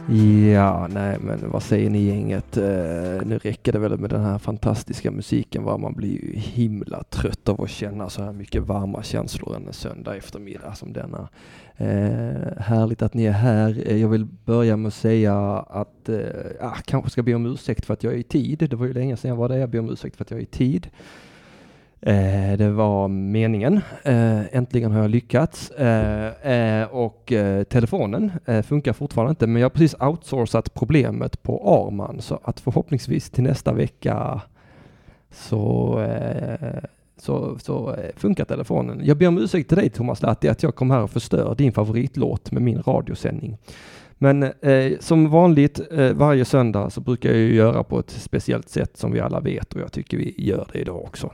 Ja, nej men vad säger ni gänget? Nu räcker det väl med den här fantastiska musiken, var man blir ju himla trött av att känna så här mycket varma känslor en söndag eftermiddag som denna. Härligt att ni är här. Jag vill börja med att säga att kanske ska be om ursäkt för att jag är i tid. Det var ju länge sedan jag var där. Jag ber om ursäkt för att jag är i tid. Det var meningen. Äntligen har jag lyckats. Och telefonen funkar fortfarande inte, men jag har precis outsourcat problemet på Arman, så att förhoppningsvis till nästa vecka så funkar telefonen. Jag ber om ursäkt till dig, Thomas Latti, att jag kom här och förstör din favoritlåt med min radiosändning. Men som vanligt varje söndag så brukar jag ju göra på ett speciellt sätt som vi alla vet, och jag tycker vi gör det idag också.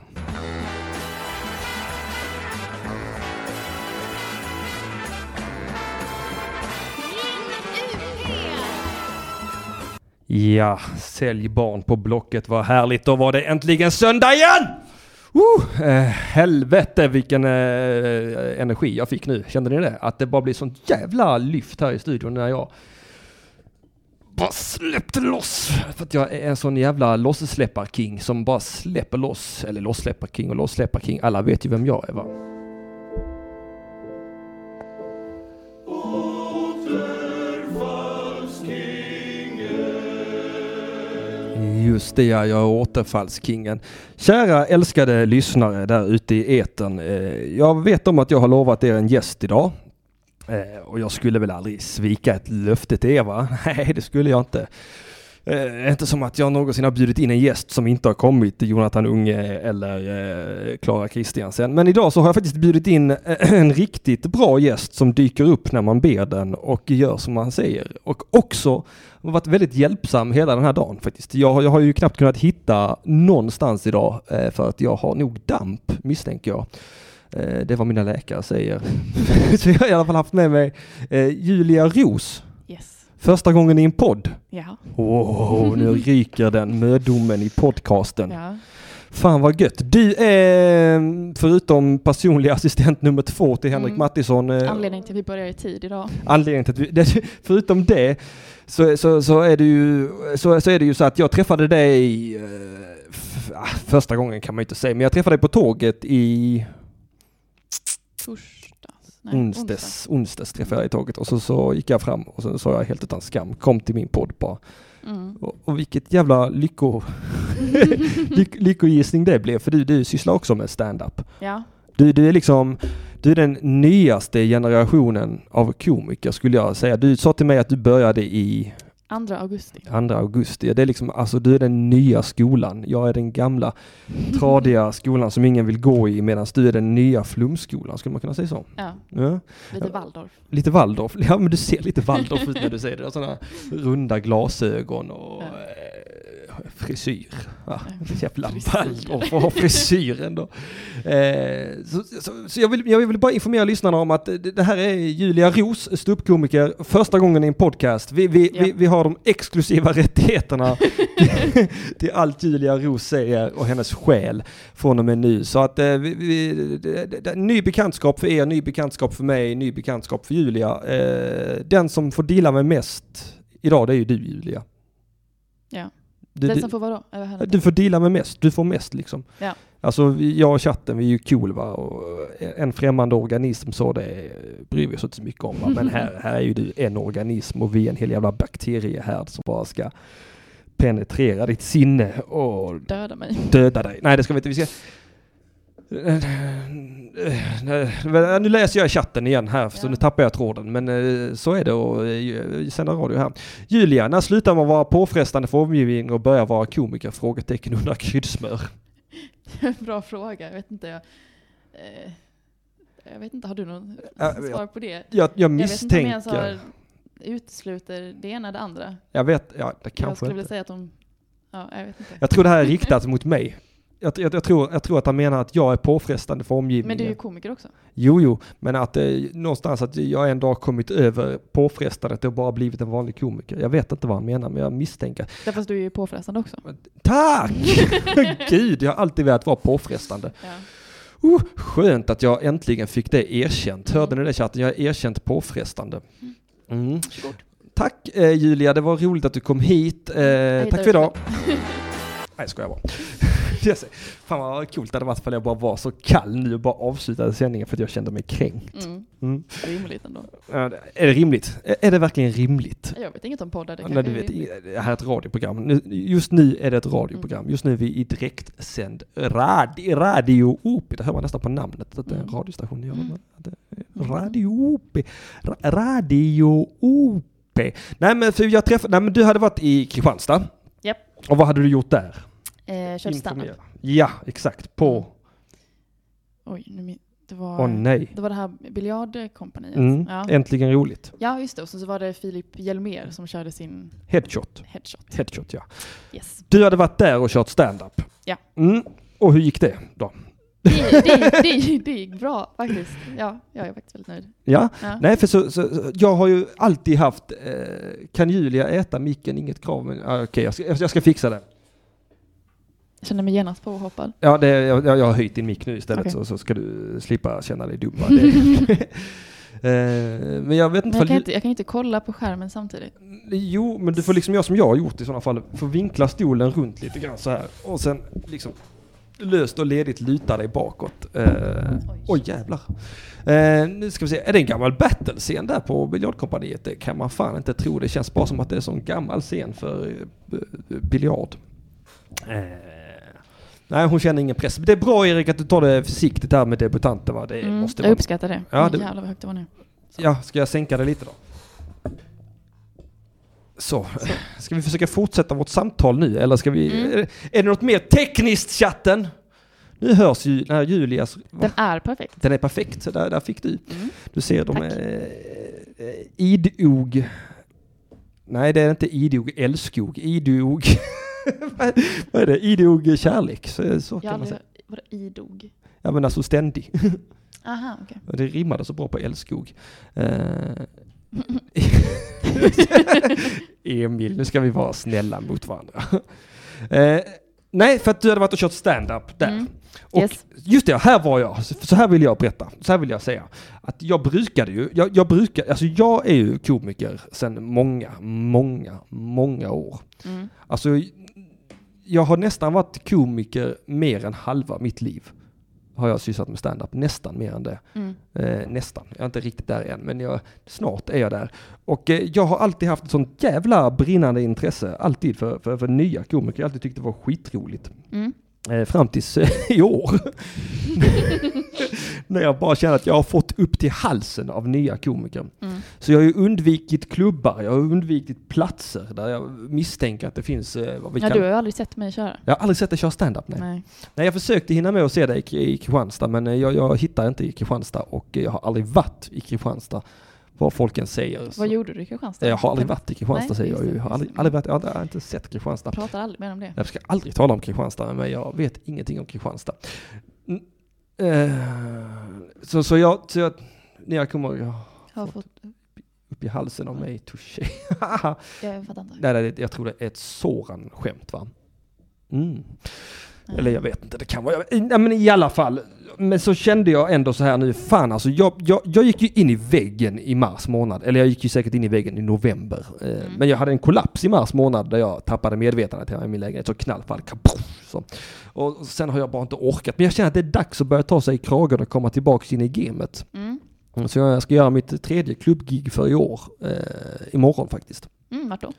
Ja, sälj barn på Blocket, vad härligt. Då var det äntligen söndag igen! Helvete vilken energi jag fick nu. Kände ni det? Att det bara blir sånt jävla lyft här i studion när jag bara släppte loss. För att jag är en sån jävla lossläpparking som bara släpper loss. Eller lossläpparking och lossläpparking. Alla vet ju vem jag är, va? Just det, jag är återfallskingen. Kära älskade lyssnare där ute i etern. Jag vet om att jag har lovat er en gäst idag. Och jag skulle väl aldrig svika ett löfte till er, va? Nej, det skulle jag inte. Inte som att jag någonsin har bjudit in en gäst som inte har kommit, Jonathan Unge eller Clara Kristiansen. Men idag så har jag faktiskt bjudit in en riktigt bra gäst som dyker upp när man ber den och gör som man säger. Och också har varit väldigt hjälpsam hela den här dagen faktiskt. Jag har ju knappt kunnat hitta någonstans idag för att jag har nog damp, misstänker jag. Det är vad mina läkare säger. Så jag har i alla fall haft med mig Julia Roos. Yes. Första gången i en podd. Ja. Nu ryker den mödomen i podcasten. Ja. Fan vad gött. Du är förutom personlig assistent nummer 2 till Henrik Mattisson. Anledningen till att vi börjar i tid idag. Anledningen till att förutom det så är det ju så att jag träffade dig första gången kan man inte säga, men jag träffade dig på tåget i onsdags träffade jag i tåget, och så gick jag fram och så sa jag helt utan skam, kom till min podd bara. Och vilket jävla lyckogissning det blev, för du sysslar också med stand-up. Ja. Du är den nyaste generationen av komiker, skulle jag säga. Du sa till mig att du började i 2 augusti. 2 augusti. Det är liksom, alltså du är den nya skolan. Jag är den gamla tradiga skolan som ingen vill gå i, medan du är den nya flumskolan, skulle man kunna säga så? Ja. Lite Waldorf. Lite Waldorf. Ja, men du ser lite Waldorf ut när du säger det. Sådana runda glasögon och frisyr. Jävla Waldorf och frisyren då. Så jag vill bara informera lyssnarna om att det här är Julia Roos, ståuppkomiker, första gången i en podcast. Vi har de exklusiva rättigheterna till allt Julia Roos säger och hennes själ från och med nu. Så att ny bekantskap för er, ny bekantskap för mig, ny bekantskap för Julia. Den som får dela med mest idag, det är ju du, Julia. Ja. Den som får vadå? Du får dela med mest. Du får mest liksom. Ja. Alltså jag och chatten, vi är ju cool, va? Och en främmande organism, så det bryr vi oss inte så mycket om, va? Men här är ju du en organism och vi är en hel jävla bakteriehärd som bara ska penetrera ditt sinne och döda dig. Nej, det ska vi inte. Vi ska... Nu läser jag chatten igen här, så nu tappar jag tråden, men så är det och sända radio här. Julia, när slutar man vara påfrestande för omgivningen och börjar vara komiker? Frågetecken under kryddsmör. Bra fråga, jag vet inte. Jag vet inte, har du någon svar på det? Jag misstänker. Jag vet inte om jag utesluter det ena eller det andra. Jag vet, det kanske jag skulle inte. vilja säga att jag vet inte. Jag tror det här är riktat mot mig. Jag tror att han menar att jag är påfrestande för omgivningen. Men du är ju komiker också. Jo, men att någonstans att jag en dag kommit över påfrestandet och bara blivit en vanlig komiker. Jag vet inte vad han menar, men jag misstänker. Därför att du är ju påfrestande också. Tack! Gud, jag har alltid velat vara påfrestande. Ja. Skönt att jag äntligen fick det erkänt. Hörde ni det, chatten? Jag är erkänt påfrestande. tack Julia, det var roligt att du kom hit. Tack för idag. Nej, ska jag bara. Fan vad coolt det hade varit för jag bara var så kall nu och bara avslutade sändningen för att jag kände mig kränkt. Rimligt ändå. Är det rimligt? Är det verkligen rimligt? Jag vet inget om poddar. Det du vet, det här är ett radioprogram. Just nu är det ett radioprogram. Just nu är vi i direktsänd Radio OP. Det hör man nästan på namnet att det är en radiostation. Radio OP. Radio OP. Nej men du hade varit i Kristianstad. Japp. Och vad hade du gjort där? Kört stand-up. Ja, exakt. På... Oj, det var... nej. Det var det här biljardkompaniet. Ja. Äntligen roligt. Ja, just det. Och så var det Filip Hjelmér som körde sin... Headshot, ja. Yes. Du hade varit där och kört stand-up. Ja. Och hur gick det då? Det gick bra faktiskt. Ja, jag är faktiskt väldigt nöjd. Ja. Nej, för så jag har ju alltid haft kan Julia äta micken, inget krav, men okej, jag ska fixa det. Jag känner mig genast påhoppad. Ja, jag har höjt din mick nu istället, okay. så ska du slippa känna dig dum. Men jag vet inte. Men jag kan inte kolla på skärmen samtidigt. Jo, men du får liksom göra som jag har gjort i sådana fall. Får vinkla stolen runt lite grann så här. Och sen liksom löst och ledigt luta dig bakåt. Oj jävlar. Nu ska vi se. Är det en gammal battle-scen där på biljardkompaniet? Det kan man fan inte tro. Det känns bara som att det är en sån gammal scen för biljard. Nej, hon känner ingen press. Det är bra, Erik, att du tar det försiktigt här med debutanter, va? Det måste jag uppskattar det. Ja, Jävlar vad högt det var nu. Så. Ja, ska jag sänka det lite då? Så. Ska vi försöka fortsätta vårt samtal nu? Eller ska vi... Är det något mer tekniskt, chatten? Nu hörs ju när Julias... Den är perfekt. Den är perfekt, så där fick du. Du ser, de idog... Nej, det är inte idog älskog. Idog... Vad är det? Idog kärlek. Så kan man säga. Vad är idog? Ja, men alltså ständig. Aha, okej. Okay. Det rimmade så bra på älskog. Emil, nu ska vi vara snälla mot varandra. Nej, för att du hade varit och kört stand-up där. Och yes. Just det, här var jag. Så här vill jag berätta. Så här vill jag säga. Att jag brukade ju, jag är ju komiker sedan många år. Alltså, jag har nästan varit komiker mer än halva mitt liv. Har jag sysslat med stand-up. Nästan mer än det. Nästan. Jag är inte riktigt där än. Men snart är jag där. Och jag har alltid haft ett sånt jävla brinnande intresse. Alltid för nya komiker. Jag har alltid tyckt det var skitroligt. Fram tills i år. När jag bara känner att jag har fått upp till halsen av nya komiker. Så jag har ju undvikit klubbar. Jag har undvikit platser där jag misstänker att det finns... Du har ju aldrig sett mig köra. Jag har aldrig sett dig köra stand-up, nej. Jag försökte hinna med att se dig i Kristianstad, men jag hittar inte i Kristianstad och jag har aldrig varit i Kristianstad. Vad folken säger. Vad gjorde du i Kristianstad? Jag har aldrig varit i Kristianstad, säger jag ju. Jag har inte sett Kristianstad. Jag pratar aldrig mer om det. Jag ska aldrig tala om Kristianstad, men jag vet ingenting om Kristianstad. Så jag när jag kommer... Jag har fått upp i halsen av mig, touché. Jag fattar inte. Nej, jag tror det är ett Soran-skämt, va? Eller jag vet inte, det kan vara... Nej, men i alla fall. Men så kände jag ändå så här nu, fan alltså, jag gick ju in i väggen i mars månad. Eller jag gick ju säkert in i väggen i november. Men jag hade en kollaps i mars månad där jag tappade medvetandet i min lägenhet. Så knallfall, så. Och sen har jag bara inte orkat. Men jag känner att det är dags att börja ta sig i kragen och komma tillbaka in i gamet. Så jag ska göra mitt 3:e klubbgig för i år. Imorgon faktiskt. Vart då?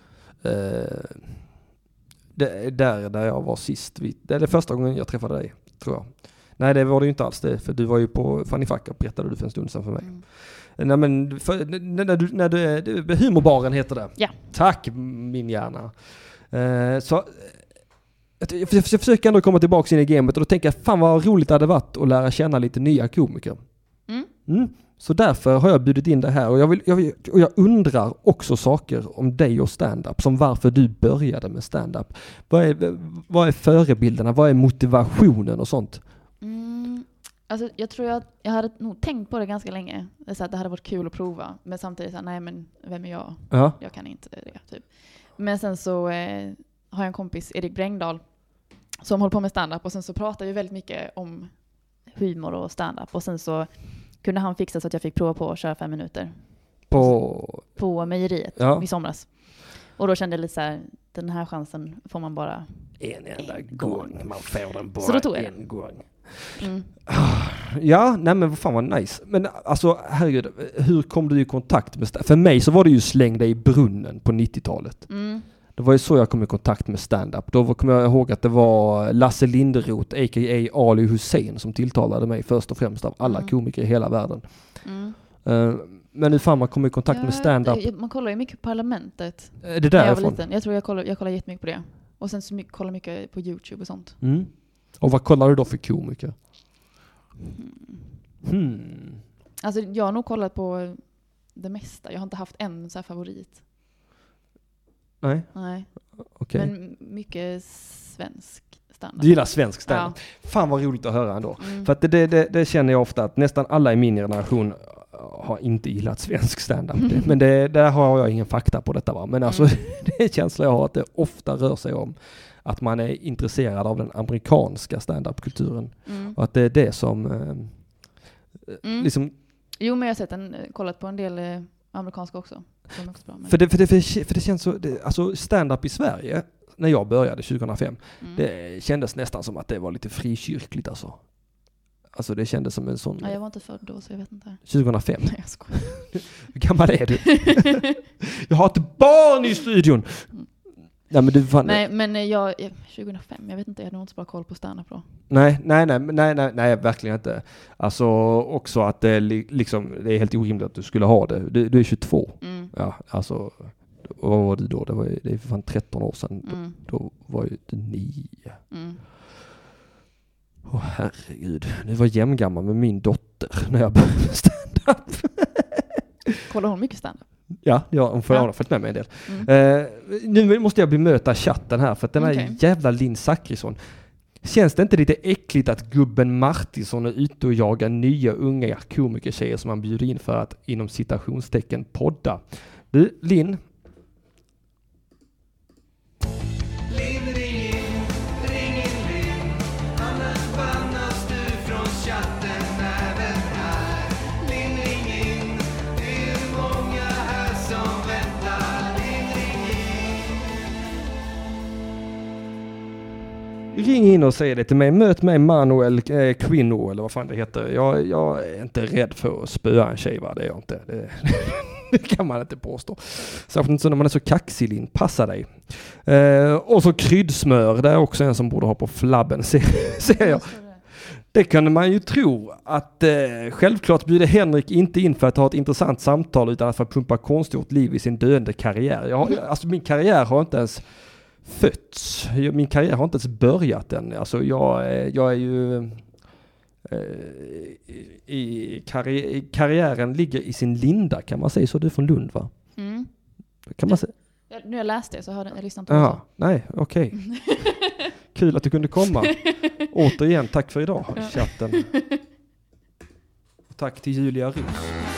Där jag var sist. Det är det första gången jag träffade dig, tror jag. Nej, det var det ju inte alls det. För du var ju på Fanny Facka, berättade du för en stund sedan för mig. Nej, men när du humorbaren heter det. Ja. Tack, min hjärna. Så jag försöker ändå komma tillbaka in i gamet och då tänker jag, fan vad roligt det hade varit att lära känna lite nya komiker. Så därför har jag bjudit in det här och jag undrar också saker om dig och stand-up, som varför du började med stand-up. Vad är förebilderna? Vad är motivationen och sånt? Alltså, jag tror jag hade nog tänkt på det ganska länge. Det hade varit kul att prova, men samtidigt så nej, men vem är jag? Ja. Jag kan inte det, typ. Men sen så har jag en kompis, Erik Brängdahl, som håller på med stand-up, och sen så pratar vi väldigt mycket om humor och stand-up, och sen så kunde han fixa så att jag fick prova på att köra 5 minuter. På mejeriet i somras. Och då kände jag lite så här, den här chansen får man bara en enda gång. Man får den bara så då tog jag en gång. Ja, nej men vad fan var nice. Men alltså, herregud, hur kom du i kontakt med stand-up? För mig så var det ju släng dig i brunnen på 90-talet. Det var ju så jag kom i kontakt med stand-up. Då kommer jag ihåg att det var Lasse Linderoth, a.k.a. Ali Hussein, som tilltalade mig först och främst av alla komiker i hela världen. Men hur fan man kommer i kontakt med stand-up? Man kollar ju mycket på Parlamentet. Är det därifrån? Jag var liten. Jag tror jag kollar jättemycket på det. Och sen så kollar mycket på YouTube och sånt. Och vad kollar du då för komiker? Alltså jag har nog kollat på det mesta. Jag har inte haft en så här favorit. Nej. Okay. Men mycket svensk standard. Du gillar svensk standard. Ja. Fan vad roligt att höra ändå. För att det känner jag ofta att nästan alla i min generation har inte gillat svensk standard. Men där har jag ingen fakta på detta, va? Men alltså det är känslan jag har att det ofta rör sig om att man är intresserad av den amerikanska stand-up-kulturen. Och att det är det som liksom... Jo, men jag har kollat på en del amerikanska också. Bra, men... för det känns så... alltså stand-up i Sverige, när jag började 2005, det kändes nästan som att det var lite frikyrkligt alltså. Alltså det kändes som en sån... Ja, jag var inte född då, så jag vet inte. 2005? Nej, jag skojar. Hur gammal är du? Jag har ett barn i studion! Ja, men Nej, men jag 2005, jag vet inte, jag hade nog inte så bra koll på stand-up då. Nej, verkligen inte. Alltså också att det liksom, det är helt orimligt att du skulle ha det. Du är 22. Ja, alltså vad var du då? Det är för fan 13 år sedan. Då var ju du 9. Herregud, du var jämngammal med min dotter när jag började med stand-up. Kollar hon mycket stand-up? Ja, hon har följt med mig en del. Nu måste jag bemöta chatten här, för att den här jävla Linn Zachrisson. Känns det inte lite äckligt att gubben Martinsson är ute och jagar nya unga komikertjejer som man bjuder in för att inom citationstecken podda? Du, Linn. Ring in och säg det till mig. Möt mig Manuel Quino eller vad fan det heter. Jag är inte rädd för att spöa en tjej, va? Det är jag inte. Det kan man inte påstå. Särskilt inte så när man är så kaxig, Linn. Passa dig. Och så kryddsmör. Det är också en som borde ha på flabben, ser jag. Det kan man ju tro att självklart bjuder Henrik inte in för att ha ett intressant samtal utan att få pumpa konstgjort liv i sin döende karriär. Alltså min karriär har inte ens fötts. Min karriär har inte ens börjat än. Alltså jag är ju karriären ligger i sin linda, kan man säga så. Du är från Lund, va? Kan man säga? Nu har jag läst det så jag lyssnat inte på det. Nej, okej. Kul att du kunde komma. Återigen, tack för idag, chatten. Och tack till Julia Rus.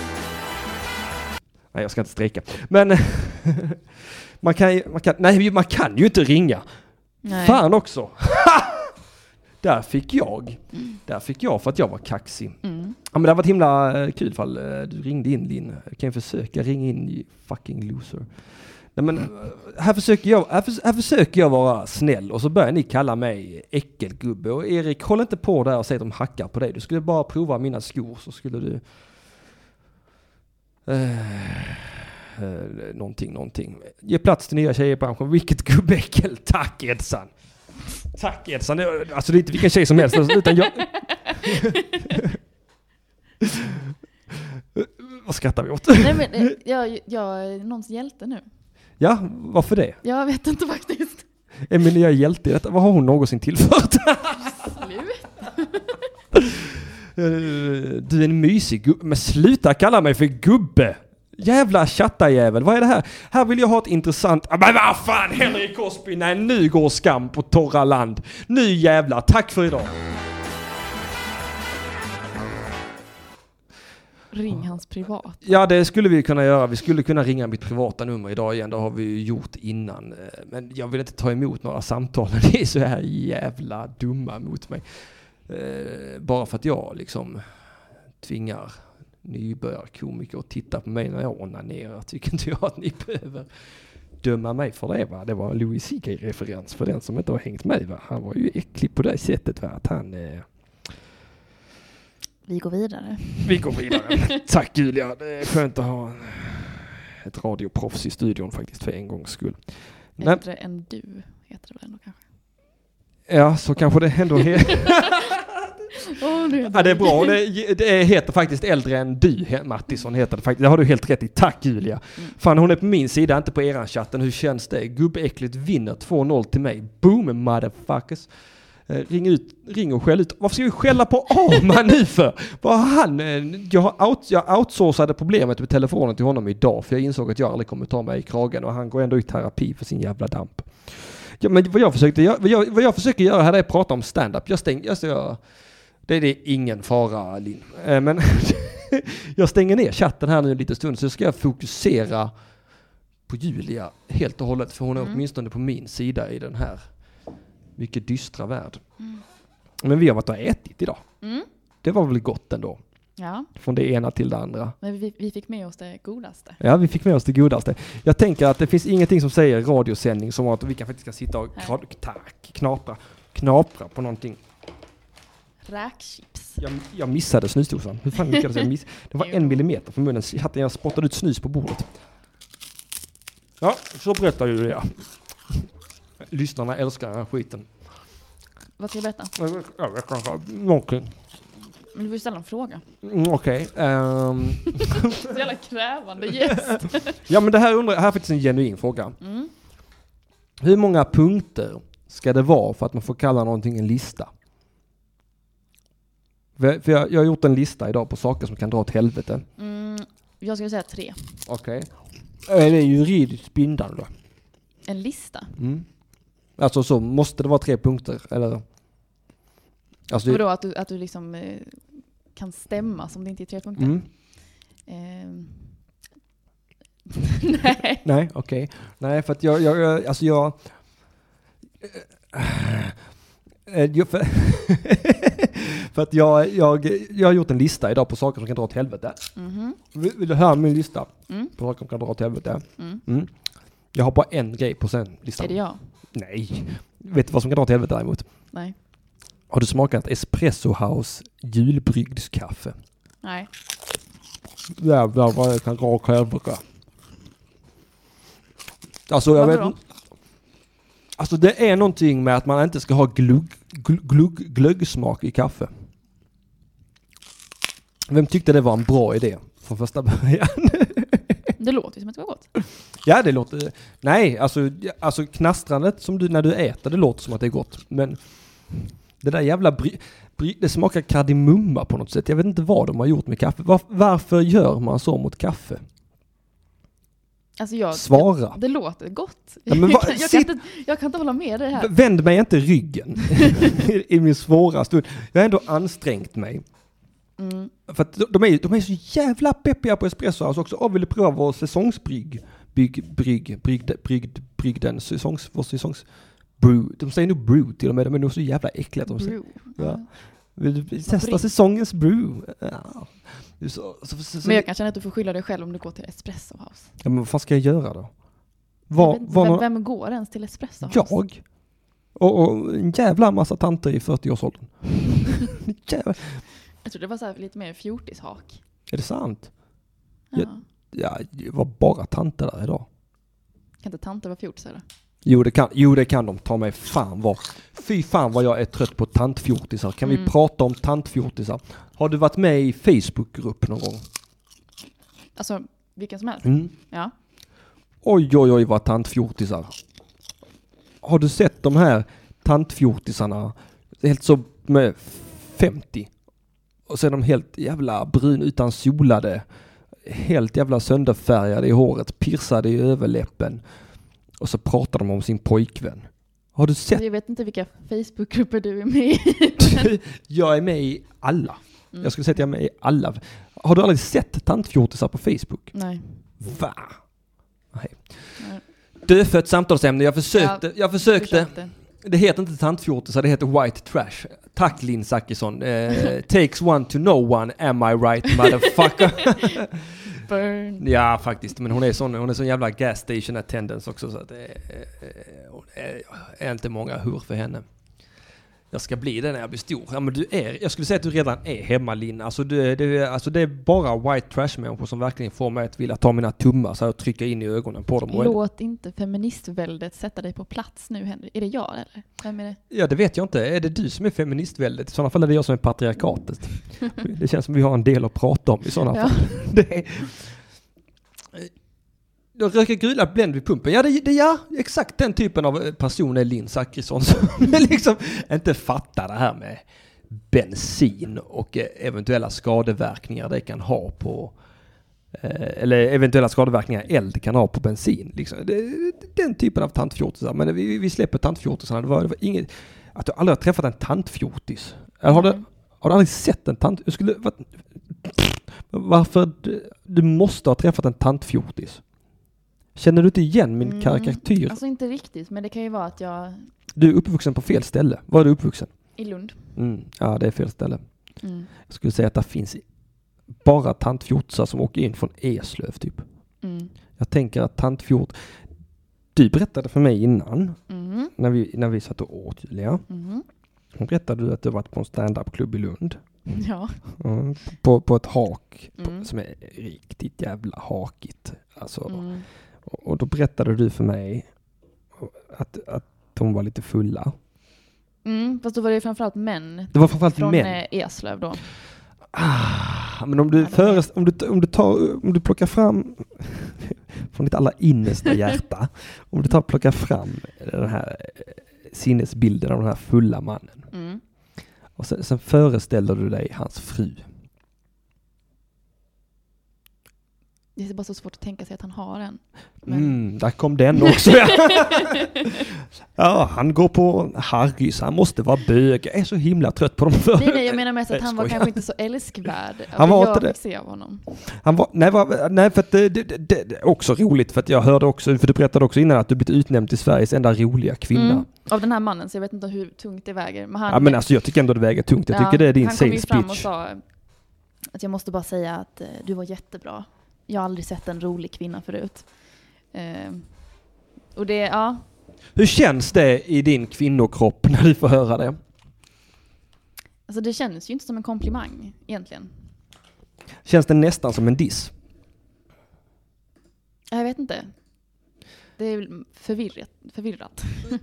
Nej, jag ska inte strejka. Men man kan ju inte ringa. Nej. Fan också. Där fick jag för att jag var kaxig. Ja, men det har varit himla kul ifall du ringde in, Linn. Jag kan försöka ringa in, you fucking loser. Nej, men här försöker jag vara snäll och så börjar ni kalla mig äckelgubbe. Och Erik, håll inte på där och säg att de hackar på dig. Du skulle bara prova mina skor så skulle du... någonting. Ge plats till nya tjejer i branschen. Vilket gubbäckel. Tack Edsan. Alltså det är inte vilken tjej som helst. Utan jag... Vad skrattar vi åt? Nej, men jag är någons hjälte nu. Ja, varför det? Jag vet inte faktiskt. Emilia är hjälte i detta. Vad har hon någonsin tillfört? Du är en mysig gubbe. Men sluta kalla mig för gubbe. Jävla chattajävel. Vad är det här? Här vill jag ha ett intressant... Men vad fan, Henrik Cosby. Nej, nu går skam på torra land. Nu jävla. Tack för idag. Ring hans privat. Ja, det skulle vi kunna göra. Vi skulle kunna ringa mitt privata nummer idag igen. Det har vi ju gjort innan. Men jag vill inte ta emot några samtal. Det är så här jävla dumma mot mig. Bara för att jag liksom tvingar nybörjarkomiker och tittar på mig när jag onanerar. Tycker inte jag att ni behöver döma mig för det, va? Det var en Louis CK-referens för den som inte har hängt med, va? Han var ju äcklig på det sättet, va? Att han... Vi går vidare. Tack Julia, det är skönt att ha ett radioproffs i studion faktiskt för en gångs skull. Äldre än du heter det väl ändå kanske? Ja, så kanske det ändå heter. Ja, det är bra. Det heter faktiskt äldre än du, Mattisson heter det faktiskt. Det har du helt rätt i. Tack Julia. Fan, hon är på min sida, inte på eran chatten. Hur känns det? Gubbäckligt vinner 2-0 till mig. Boom, motherfuckers. Ring och skäll ut. Varför ska vi skälla på Arman nu för? Vad han? Jag outsourcade problemet med telefonen till honom idag, för jag insåg att jag aldrig kommer ta mig i kragen, och han går ändå i terapi för sin jävla damp. Ja, men vad jag försöker göra här är att prata om stand-up. Det är ingen fara, Linn. Men jag stänger ner chatten här nu en liten stund, så ska jag fokusera på Julia helt och hållet, för hon är åtminstone på min sida i den här mycket dystra värld. Men vi har varit och ätit idag. Det var väl gott ändå. Ja. Från det ena till det andra. Men vi fick med oss det godaste. Ja, vi fick med oss det godaste. Jag tänker att det finns ingenting som säger radiosändning som att vi kan faktiskt sitta och knapra på någonting. Räkchips. Jag missade snusdosan. Hur fan lyckades jag missa? Det var 1 millimeter från munnen. Jag spottade ut snus på bordet. Ja, så berättar ju det. Lyssnarna älskar den här skiten. Vad ska jag berätta? Jag vet kanske någonting. Men du vill ställa en fråga. Okej. Så jävla krävande gäst. Ja, men det här är faktiskt en genuin fråga. Hur många punkter ska det vara för att man får kalla någonting en lista? För jag har gjort en lista idag på saker som kan dra åt helvete. Jag skulle säga 3. Okej. Är det juridiskt bindande? En lista? Alltså så, måste det vara 3 punkter? Eller? Alltså, vadå, att du liksom kan stämma som det inte är 3 punkter? Nej. Nej, okej. Nej, för att för att jag har gjort en lista idag på saker som kan dra åt helvete. Vill du höra min lista på saker som kan dra åt helvete? Jag har bara en grej på sen listan. Är det jag? Nej. Vet du vad som kan dra åt helvete däremot? Nej. Har du smakat Espresso House julbrygdskaffe? Nej. Jävlar vad jag kan dra åt helvete. Alltså jag vet inte. Alltså det är någonting med att man inte ska ha glöggsmak i kaffe. Vem tyckte det var en bra idé från första början? Det låter som att det var gott. Ja, det låter... Nej, alltså knastrandet som när du äter, det låter som att det är gott. Men det där jävla... det smakar kardemumma på något sätt. Jag vet inte vad de har gjort med kaffe. Varför gör man så mot kaffe? Alltså svara. Det låter gott. Ja, men jag kan inte hålla med dig här. Vänd mig inte ryggen i min svåra stund. Jag har ändå ansträngt mig. För att de är så jävla peppiga på espresso. Alltså också, vill du pröva vår säsongsbrygg? Brygden säsongs brew. De säger nog brew till och med. De är nog så jävla äckliga att de säger. Ja. Vill du testa säsongens brew? Ja. Men jag kan känna att du får skylla dig själv om du går till Espresso House. Ja, men vad ska jag göra då? Vem går ens till Espresso House? Jag. Och en jävla massa tanter i 40-årsåldern. Jag tror det var så här lite mer fjortishak. Är det sant? Ja. Det var bara tanter där idag. Kan inte tanter vara fjortisar då? Jo, det kan de. Ta mig fan var. Fy fan vad jag är trött på tantfjortisar. Kan vi prata om tantfjortisar? Har du varit med i Facebookgrupp någon gång? Alltså, vilken som helst? Ja. Oj, vad tantfjortisar. Har du sett de här tantfjortisarna? Helt så med 50. Och så är de helt jävla brun utan solade. Helt jävla sönderfärgade i håret. Pirsade i överläppen. Och så pratar de om sin pojkvän. Har du sett? Jag vet inte vilka Facebookgrupper du är med i. Jag är med i alla. Jag skulle säga att jag är med i alla. Har du aldrig sett tantfjortisar på Facebook? Nej. Va? Nej. Dödfött samtalsämne. Jag försökte. Det heter inte tantfjortisar, det heter white trash. Tack Linn Zachrisson. Takes one to know one, am I right motherfucker? Burn. Ja, faktiskt. Men hon är sån jävla gas station attendance också. Så att det är inte många hur för henne. Jag ska bli det när jag blir stor. Ja, men jag skulle säga att du redan är hemma, Linn. Alltså, det är bara white trash-människor som verkligen får mig att vilja ta mina tummar så här och trycka in i ögonen på dem. Låt inte feministväldet sätta dig på plats nu, Henry. Är det jag eller? Vem är det? Ja, det vet jag inte. Är det du som är feministväldet? I sådana fall är det jag som är patriarkatet. Det känns som vi har en del att prata om i sådana fall. Jag röker gula Blend vid pumpen. Ja, exakt den typen av person är Linn Zachrisson som liksom inte fattar det här med bensin och eventuella skadeverkningar det kan ha på eller eventuella skadeverkningar eld kan ha på bensin. Liksom. Den typen av tantfjortisar. Men vi släpper tantfjortisarna. Det var inget att du aldrig har träffat en tantfjortis. Har du aldrig sett en tant? Varför du måste ha träffat en tantfjortis? Känner du inte igen min karikatyr? Alltså inte riktigt, men det kan ju vara att jag... Du är uppvuxen på fel ställe. Var är du uppvuxen? I Lund. Ja, det är fel ställe. Jag skulle säga att det finns bara tantfjortisar som åker in från Eslöv typ. Jag tänker att tantfjort... Du berättade för mig innan, när vi satt och åt, Julia. Hon berättade du att du varit på en stand-up-klubb i Lund. Ja. På ett hak som är riktigt jävla hakigt. Alltså... Och då berättade du för mig att de var lite fulla. Fast då var det framförallt män. Det var framförallt från män. Eslöv då. Men om du plockar fram från ditt allra innersta hjärta, om du plockar fram den här sinnesbilden av den här fulla mannen. Och sen föreställer du dig hans fru. Det är bara så svårt att tänka sig att han har en. Där kom den också. Ja, han går på Harrys. Han måste vara bög. Jag är så himla trött på dem förut. Nej, jag menar mest att han var kanske inte så älskvärd. Han var inte det. Jag fick se av honom. Nej, för att det är också roligt. För att jag hörde också, för du berättade också innan att du blivit utnämnd till Sveriges enda roliga kvinna. Av den här mannen, så jag vet inte hur tungt det väger. Men han, ja, men alltså jag tycker ändå det väger tungt. Jag tycker det är din sales pitch. Han kom ju fram och sa att jag måste bara säga att du var jättebra. Jag har aldrig sett en rolig kvinna förut. Och det, ja. Hur känns det i din kvinnokropp när du får höra det? Alltså det känns ju inte som en komplimang egentligen. Känns det nästan som en diss? Jag vet inte. Det är förvirrat.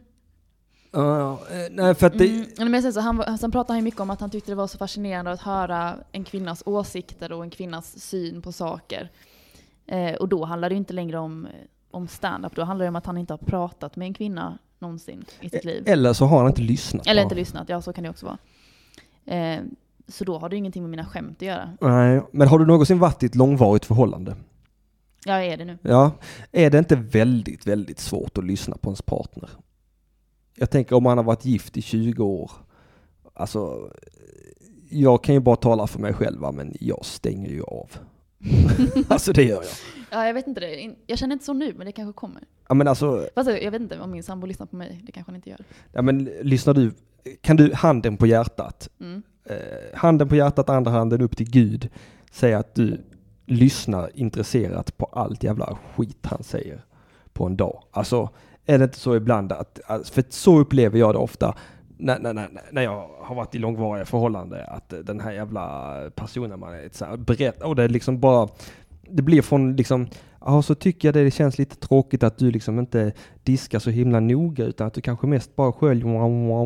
Nej, för att det... Men så han pratade mycket om att han tyckte det var så fascinerande att höra en kvinnas åsikter och en kvinnas syn på saker. Och då handlar det ju inte längre om stand-up. Då handlar det om att han inte har pratat med en kvinna någonsin i sitt liv. Eller så har han inte lyssnat. Eller inte lyssnat, ja så kan det också vara. Så då har det ingenting med mina skämt att göra. Nej, men har du någonsin varit i ett långvarigt förhållande? Ja, är det nu. Ja, är det inte väldigt, väldigt svårt att lyssna på ens partner? Jag tänker om man har varit gift i 20 år. Alltså, jag kan ju bara tala för mig själv, men jag stänger ju av. Alltså det gör jag. Ja, jag vet inte det. Jag känner inte så nu, men det kanske kommer. Ja, men alltså... Fast jag vet inte om min sambo lyssnar på mig. Det kanske han inte gör. Ja, men lyssnar du... Kan du handen på hjärtat? Handen på hjärtat, andra handen upp till Gud. Säga att du lyssnar intresserat på allt jävla skit han säger på en dag. Alltså, är det inte så ibland att... För så upplever jag det ofta när jag har varit i långvariga förhållande, att den här jävla personen man är så här beredd, och det är liksom bara, det blir från liksom, så tycker jag det känns lite tråkigt att du liksom inte diskar så himla noga, utan att du kanske mest bara sköljer,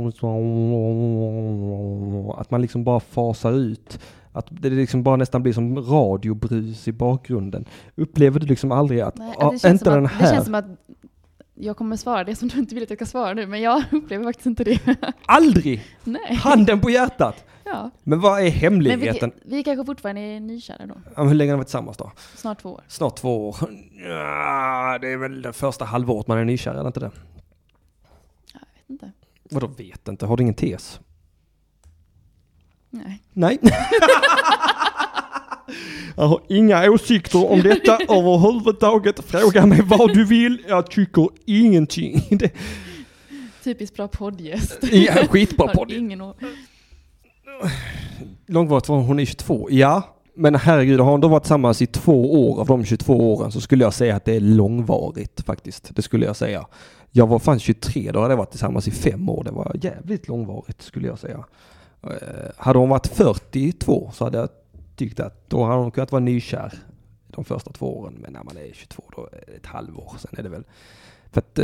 att man liksom bara fasar ut, att det liksom bara nästan blir som radiobrus i bakgrunden. Upplever du liksom aldrig att inte den här... Det känns som att jag kommer svara det som du inte vill att jag ska svara nu, men jag upplever faktiskt inte det. Aldrig? Nej. Handen på hjärtat? Ja. Men vad är hemligheten? Men vi kanske fortfarande är nykära då. Ja, hur länge har vi varit tillsammans då? Snart 2 år. Snart 2 år. Ja, det är väl det första halvåret man är nykär, eller inte det? Jag vet inte. Vadå vet inte? Har du ingen tes? Nej. Nej. Jag har inga åsikter om detta överhuvudtaget. Fråga mig vad du vill. Jag tycker ingenting. Typiskt bra poddgäst. Ja, skitbra podd. Långvarigt var hon är 22. Ja, men herregud, har hon då varit tillsammans i 2 år av de 22 åren så skulle jag säga att det är långvarigt faktiskt. Det skulle jag säga. Jag var fan 23, då hade jag varit tillsammans i 5 år. Det var jävligt långvarigt skulle jag säga. Hade hon varit 42 så hade jag tyckt att då hade hon kunnat vara nykär de första 2 åren. Men när man är 22 då är det ett halvår. Sen är det väl... För att...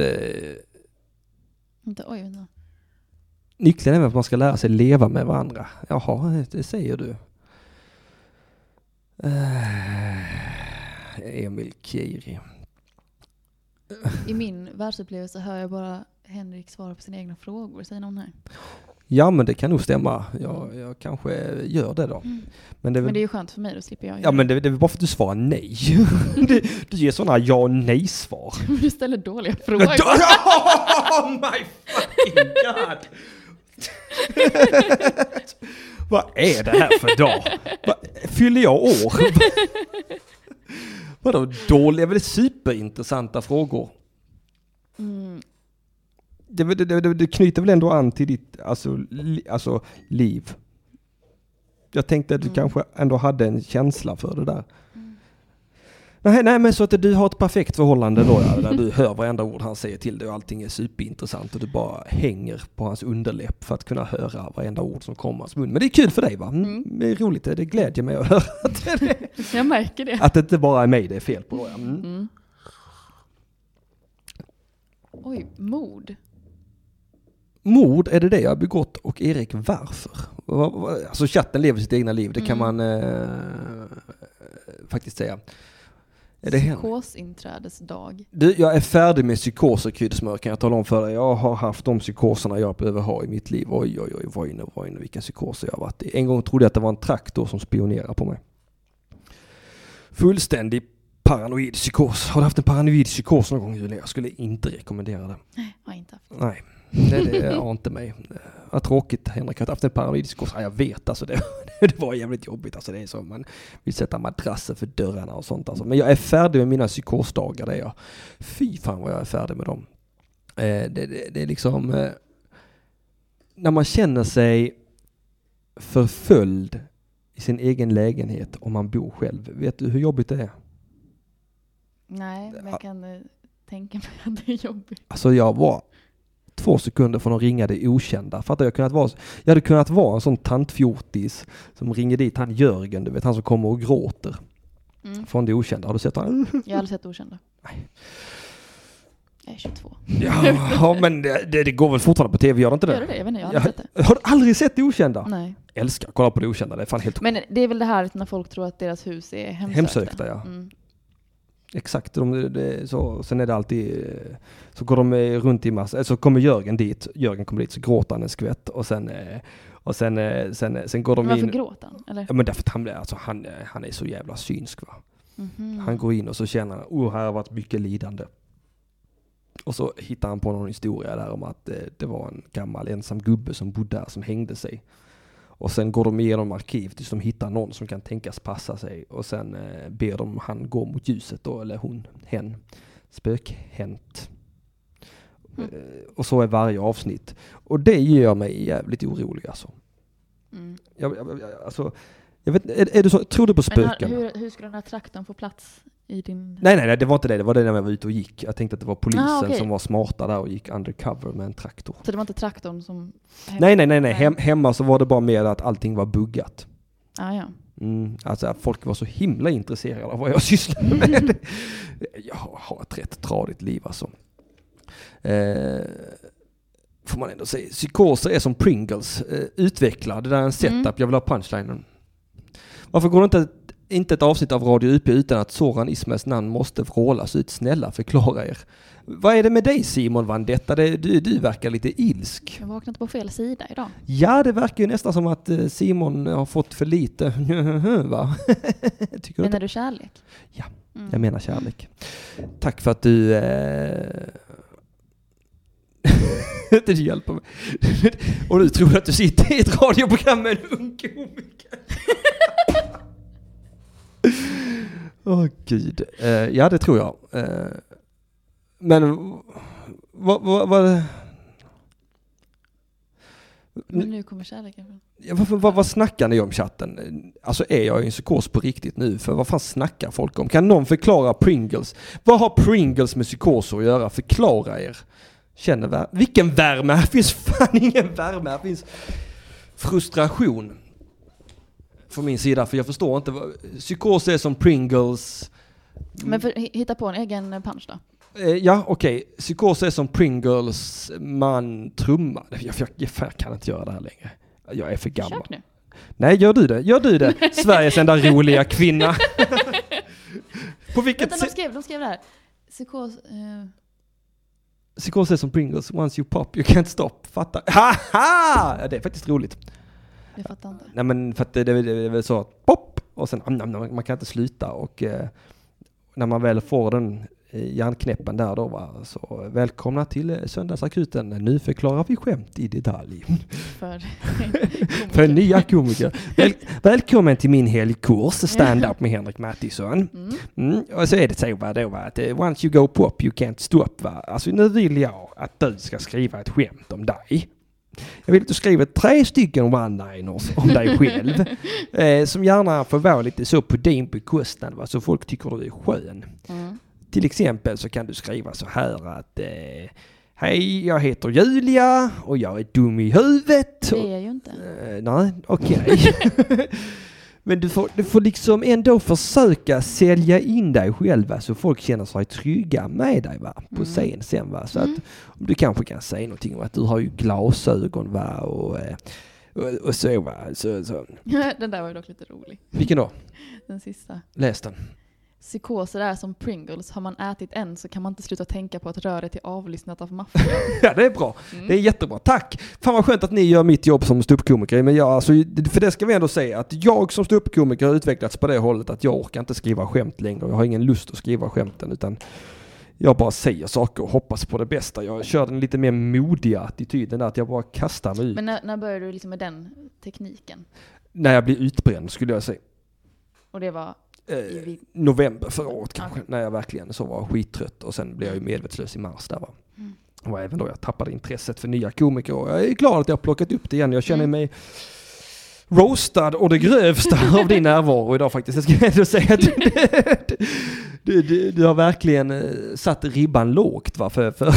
Vänta. Nyckeln är att man ska lära sig leva med varandra. Jaha, det säger du. Emil Kiri. I min världsupplevelse hör jag bara Henrik svara på sina egna frågor. Säger någon här? Ja, men det kan nog stämma. Jag kanske gör det då. Men det är ju skönt för mig, då slipper jag. Ja, men det är bara för att du svarar nej. Du ger sådana ja och nej-svar. Du ställer dåliga frågor. Oh my fucking god! Vad är det här för dag? Fyller jag år? Vadå dåliga? Det är superintressanta frågor. Det knyter väl ändå an till ditt alltså liv. Jag tänkte att du kanske ändå hade en känsla för det där. Nej, men så att du har ett perfekt förhållande då, där du hör varenda ord han säger till dig och allting är superintressant och du bara hänger på hans underläpp för att kunna höra varenda ord som kommer hans mun. Men det är kul för dig, va? Det är roligt, det glädjer mig att höra att jag märker det. Att det inte bara är mig det är fel på. Ja. Oj, mord. Mord, är det jag har begått? Och Erik, varför? Alltså chatten lever sitt egna liv, det kan man faktiskt säga. Psykosinträdesdag. Jag är färdig med psykos och kryddsmör, kan jag tala om för dig. Jag har haft de psykoserna jag behöver ha i mitt liv. Oj, vad inne vilka psykoser jag har varit i. En gång trodde jag att det var en traktor som spionerade på mig. Fullständig paranoid psykos. Har du haft en paranoid psykos någon gång, Julia? Jag skulle inte rekommendera det. Nej, jag har inte haft. Nej. Det har inte mig. Vad tråkigt, Henrik, att haft en paranoid psykos. Ja, jag vet, alltså det var jävligt jobbigt. Alltså det är så, man vill sätta madrasser för dörrarna och sånt. Alltså. Men jag är färdig med mina psykosdagar. Det är jag. Fy fan vad jag är färdig med dem. Det är liksom... när man känner sig förföljd i sin egen lägenhet om man bor själv. Vet du hur jobbigt det är? Nej, men jag kan tänka mig att det är jobbigt. Alltså jag var 2 sekunder från att ringa det okända. Fattar jag hade kunnat vara en sån tantfjortis som ringer dit han Jörgen, du vet, han som kommer och gråter från det okända. Har du sett han? Jag har aldrig sett det okända. Nej. Jag är 22. Ja, men det går väl fortfarande på tv, gör det inte det? Gör det? Jag vet inte, jag har aldrig sett det. Har du aldrig sett det okända? Nej. Älskar, kolla på det okända, det är fan helt... Men det är väl det här när folk tror att deras hus är hemsökta, ja. Exakt, så, sen är det alltid så går de runt i massa, så kommer Jörgen kommer dit så gråter han en skvätt och sen går de in. Varför gråter han? Eller? Ja, men därför att han är så jävla synsk, va. Han går in och så känner han, här har varit mycket lidande. Och så hittar han på någon historia där om att det var en gammal ensam gubbe som bodde där som hängde sig. Och sen går de igenom arkiv tills de hittar någon som kan tänkas passa sig. Och sen ber de han gå mot ljuset då, eller hen. Spökhänt. Och så är varje avsnitt. Och det gör mig jävligt orolig alltså. Jag vet, är du så, tror du på spöken? Men hur ska den här traktorn få plats i din... Nej, det var inte det. Det var det när jag var ute och gick. Jag tänkte att det var polisen som var smarta där och gick undercover med en traktor. Så det var inte traktorn som... Nej. Hemma så var det bara mer att allting var buggat. Ja. Alltså folk var så himla intresserade av vad jag sysslade med. Jag har ett rätt tradigt liv alltså. Får man ändå säga. Psykoser är som Pringles. Utvecklad. Det där är en setup. Jag vill ha punchlinen. Varför går det inte ett avsnitt av Radio UP utan att Soran Ismails namn måste vrålas ut? Snälla, förklara er. Vad är det med dig, Simon Vandetta? Du verkar lite ilsk. Jag vaknat på fel sida idag. Ja, det verkar ju nästan som att Simon har fått för lite. Va? Menar du kärlek? Ja, jag menar kärlek. Tack för att du... det hjälper mig. Och du tror att du sitter i ett radioprogram med en ung komiker. Gud. Ja, det tror jag. Men vad Men nu kommer kärleken. Ja, vad snackar ni om chatten? Alltså är jag i en psykos på riktigt nu? För vad fan snackar folk om? Kan någon förklara Pringles? Vad har Pringles med psykoser att göra? Förklara er. Vilken värme? Här finns fan ingen värme. Här finns frustration från min sida. För jag förstår inte. Psykos är som Pringles. Men hitta på en egen punch då. Ja, okej. Psykos är som Pringles, man trummar. Jag kan inte göra det här längre. Jag är för gammal. Kör nu. Nej, gör du det. Sveriges enda roliga kvinna. På vilket sätt? De skrev det här. Psykos är som Pringles, once you pop, you can't stop. Fattar. Haha! Ja, det är faktiskt roligt. Jag fattar inte. Nej, men för att det är väl så att pop, och sen man kan inte sluta. Och när man väl får den hjärnknäppen där då, va, så välkomna till Söndagsakuten. Nu förklarar vi skämt i detalj. För nya komiker. Välkommen till min helgkurs stand-up med Henrik Mattisson. Och så är det så, va, då, va, att once you go pop you can't stop. Va? Alltså nu vill jag att du ska skriva ett skämt om dig. Jag vill att du skriver 3 stycken one-liners om dig själv. Som gärna får vara lite så på din bekostnad, va, så folk tycker du är skön. Till exempel så kan du skriva så här att hej, jag heter Julia och jag är dum i huvudet. Det är jag ju inte. Nej, okej. Men du får liksom ändå försöka sälja in dig själv, så folk känner sig trygga med dig, va, på scen sen, va. Så att du kanske kan säga någonting om att du har ju glasögon, va, och så, va. Så. Den där var ju dock lite rolig. Vilken då? Den sista. Läs den. Psykoser är som Pringles. Har man ätit en så kan man inte sluta tänka på att röret till avlyssnat av maffia. Ja, det är bra. Det är jättebra. Tack! Fan vad skönt att ni gör mitt jobb som ståuppkomiker. Men alltså, för det ska vi ändå säga att jag som ståuppkomiker har utvecklats på det hållet att jag orkar inte skriva skämt längre. Jag har ingen lust att skriva skämten, utan jag bara säger saker och hoppas på det bästa. Jag kör den lite mer modiga attityden där, att jag bara kastar mig ut. Men när började du liksom med den tekniken? När jag blir utbränd, skulle jag säga. Och det var? November förra året kanske, när jag verkligen så var skittrött, och sen blev jag ju medvetslös i mars där, va. Det var även då jag tappade intresset för nya komiker, och jag är glad att jag har plockat upp det igen. Jag känner mig roastad och det grövsta av din närvaro idag faktiskt. Jag ska ändå säga att du har verkligen satt ribban lågt, va, för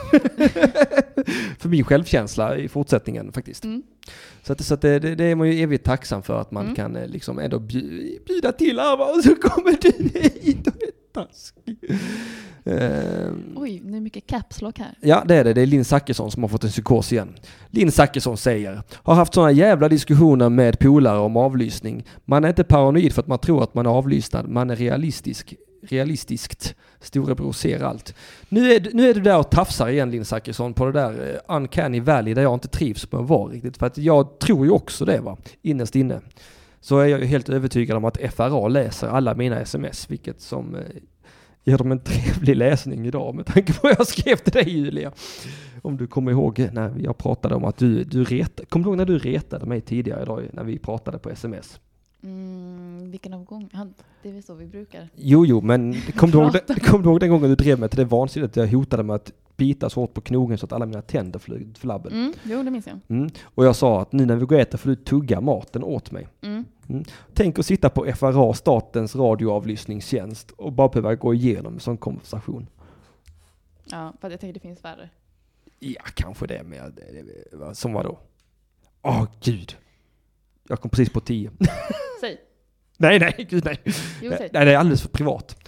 min självkänsla i fortsättningen faktiskt. Så att det är man ju evigt tacksam för, att man kan liksom ändå bjuda till här, va, och så kommer du hit och är taskig. Oj, nu är mycket caps lock här. Ja, det är det. Det är Linn Zachrisson som har fått en psykos igen. Linn Zachrisson säger: har haft sådana jävla diskussioner med polare om avlysning. Man är inte paranoid för att man tror att man är avlyssnad. Man är realistiskt. Storebror ser allt. Nu är du där och tafsar igen, Linn Zachrisson, på det där uncanny valley där jag inte trivs med att vara riktigt. För att jag tror ju också det, va, innerst inne. Så är jag ju helt övertygad om att FRA läser alla mina sms, vilket som ger dem en trevlig läsning idag, med tanke på vad jag skrev till dig, Julia. Om du kommer ihåg när jag pratade om att du retade. Kommer du ihåg när du retade mig tidigare idag när vi pratade på sms? Vilken avgång? Det är väl så vi brukar. Jo, men kom du ihåg den gången du drev mig till det vansinnigt? Jag hotade med att bita så hårt på knogen så att alla mina tänder flög för labben. Jo, det minns jag. Och jag sa att nu när vi går och äter får du tugga maten åt mig. Tänk att sitta på FRA, statens radioavlyssningstjänst, och bara behöva gå igenom en sån konversation. Ja, för jag tänker det finns värre. Ja, kanske det, men som var då? Gud. Jag kom precis på 10. Säg. Nej, gud nej. Jo, nej, det är alldeles för privat.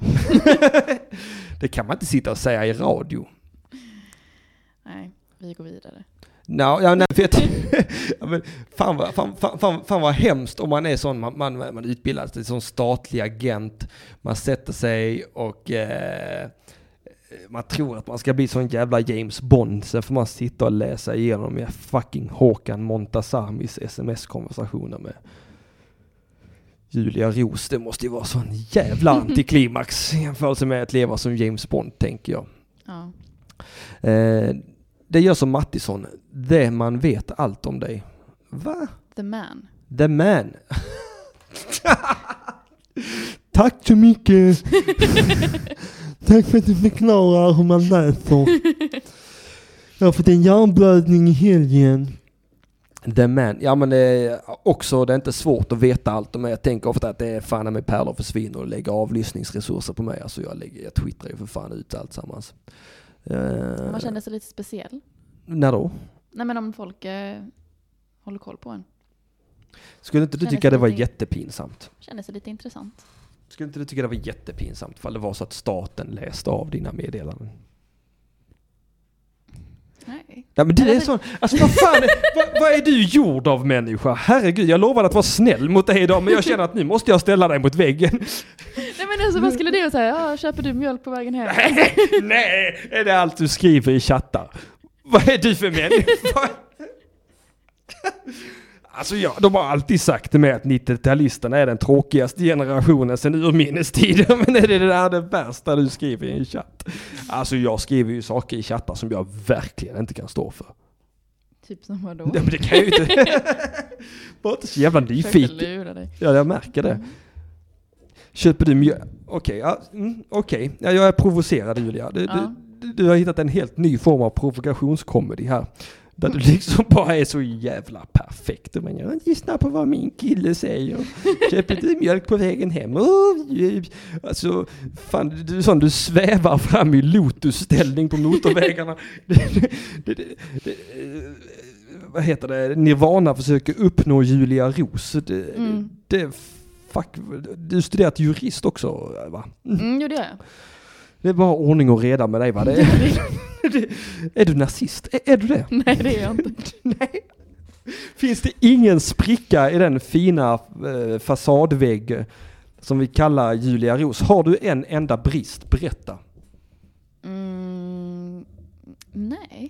Det kan man inte sitta och säga i radio. Nej, vi går vidare. Nej, men fan vad hemskt om man är sån, man utbildas till sån statlig agent. Man sätter sig och man tror att man ska bli sån jävla James Bond. Sen får man sitta och läsa igenom med fucking Håkan Montasamis sms-konversationer med Julia Roos. Det måste ju vara sån jävla antiklimax i jämförelse med att leva som James Bond, tänker jag. Ja. Det gör som Mattisson. Det man vet allt om dig. Va? The man. The man. Tack så mycket. Tack för att du förklarar hur man läser. Jag har fått en hjärnblödning i helgen. The Man. Ja, men det är också, det är inte svårt att veta allt om mig. Jag tänker ofta att det är fan med pärlor försvinner och lägger avlyssningsresurser på mig. Alltså jag twittrar ju för fan ut allt sammans. Man känner sig lite speciell. När då? Nej, men om folk håller koll på en. Skulle inte du tycka det var jättepinsamt? Känner sig lite intressant. Skulle inte du tycka det var jättepinsamt ifall det var så att staten läste av dina meddelanden? Nej. Ja, men det är så. Alltså vad fan, vad är du gjord av människa? Herregud, jag lovade att vara snäll mot dig idag, men jag känner att nu måste jag ställa dig mot väggen. Nej, men alltså vad skulle det säga? Ja, köper du mjölk på vägen hem? Nej, är det allt du skriver i chattar? Vad är du för människa? Alltså de har alltid sagt till mig att 90-talisterna är den tråkigaste generationen sedan urminnestiden. Men är det där det värsta du skriver i en chatt? Alltså jag skriver ju saker i chattar som jag verkligen inte kan stå för. Typ som vadå? Ja, men det kan jag ju inte. Bara inte så jävla nyfiken. Ja, jag märker det. Köper du mjölk? Okej. Ja, jag är provocerad, Julia. Du har hittat en helt ny form av provokationskomedi här. Där du liksom bara är så jävla perfekt. Men jag lyssnar på vad min kille säger. Köper du mjölk på vägen hem? Alltså, fan, du svävar fram i lotusställning på motorvägarna. Vad heter det? Nirvana försöker uppnå Julia Ros. Du studerat jurist också, va? Jo, det är jag. Det är bara ordning och reda med dig, va? Är du nazist? Är du det? Nej, det är jag inte. Nej. Finns det ingen spricka i den fina fasadvägg som vi kallar Julia Ros? Har du en enda brist? Berätta. Nej.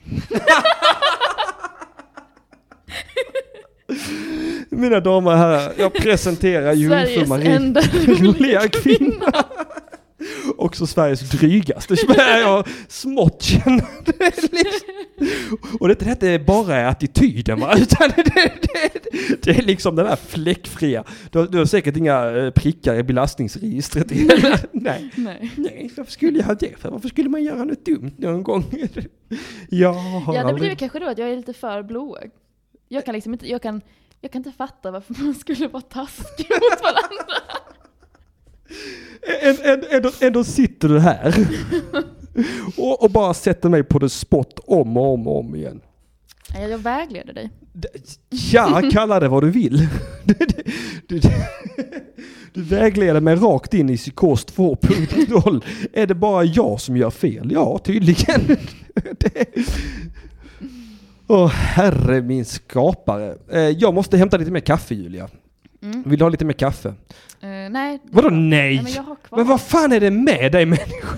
Mina damer och herrar, jag presenterar Jungfru Marie. Sveriges enda roliga kvinna. Också Sveriges drygaste. Jag smått känner det liksom. Och det är bara attityden, va? Utan det är liksom den här fläckfria. Du har säkert inga prickar i belastningsregistret. Nej, varför skulle jag ha det? Varför skulle man göra något dumt någon gång? Det blir kanske då att jag är lite för blåögd. Jag kan liksom inte, jag kan inte fatta varför man skulle vara taskig mot varandra. Ändå sitter du här och bara sätter mig på det spot om och om igen. Jag vägleder dig. Ja, kalla det vad du vill. Du vägleder mig rakt in i psykos 2.0. Är det bara jag som gör fel? Ja, tydligen. Herre min skapare. Jag måste hämta lite mer kaffe, Julia. Vill du ha lite mer kaffe? Nej. Vadå nej? Men jag har kvar. Men vad fan är det med dig, människa?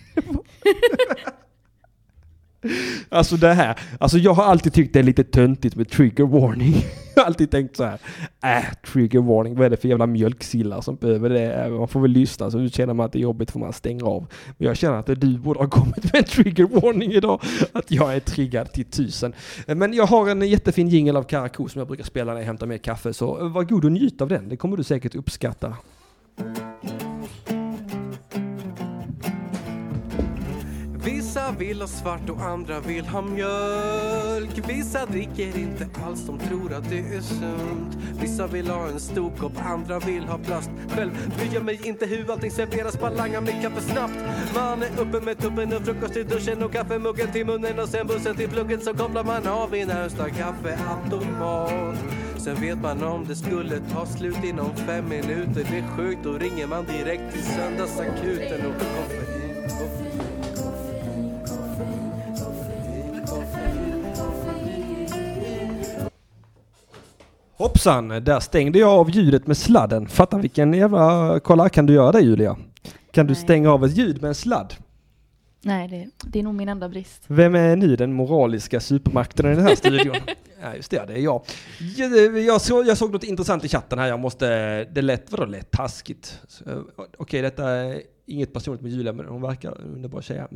Alltså det här. Alltså jag har alltid tyckt det är lite töntigt med trigger warning. Jag har alltid tänkt så här. Trigger warning. Vad är det för jävla mjölksillar som behöver det? Man får väl lyssna. Så nu känner man att det är jobbigt för man stänger av. Men jag känner att du borde ha kommit med en trigger warning idag. Att jag är triggad till 1000. Men jag har en jättefin jingle av Karakou som jag brukar spela när jag hämtar mer kaffe. Så var god och njut av den. Det kommer du säkert uppskatta. Vissa vill ha svart och andra vill ha mjölk. Vissa dricker inte alls, de tror att det är sunt. Vissa vill ha en stor kopp, andra vill ha plast. Själv bryr jag mig inte hur allting serveras, bara langar mitt kaffe snabbt. Man är uppe med tuppen och frukost i duschen och kaffemuggen till munnen och sen bussen till plugget, så kopplar man av i närmsta kaffeautomat. Sen vet man om det skulle ta slut inom 5 minuter. Det är sjukt, då ringer man direkt till söndagsakuten och koffein. Hoppsan, där stängde jag av ljudet med sladden. Fatta vilken jävla... Kolla, kan du göra det, Julia? Kan du stänga av ett ljud med en sladd? Nej, det är nog min enda brist. Vem är nu den moraliska supermakten i den här studion? Ja, just det är jag. Jag såg något intressant i chatten här. Det lät taskigt. Okej, detta är inget personligt med Julia, men hon verkar underbar tjej.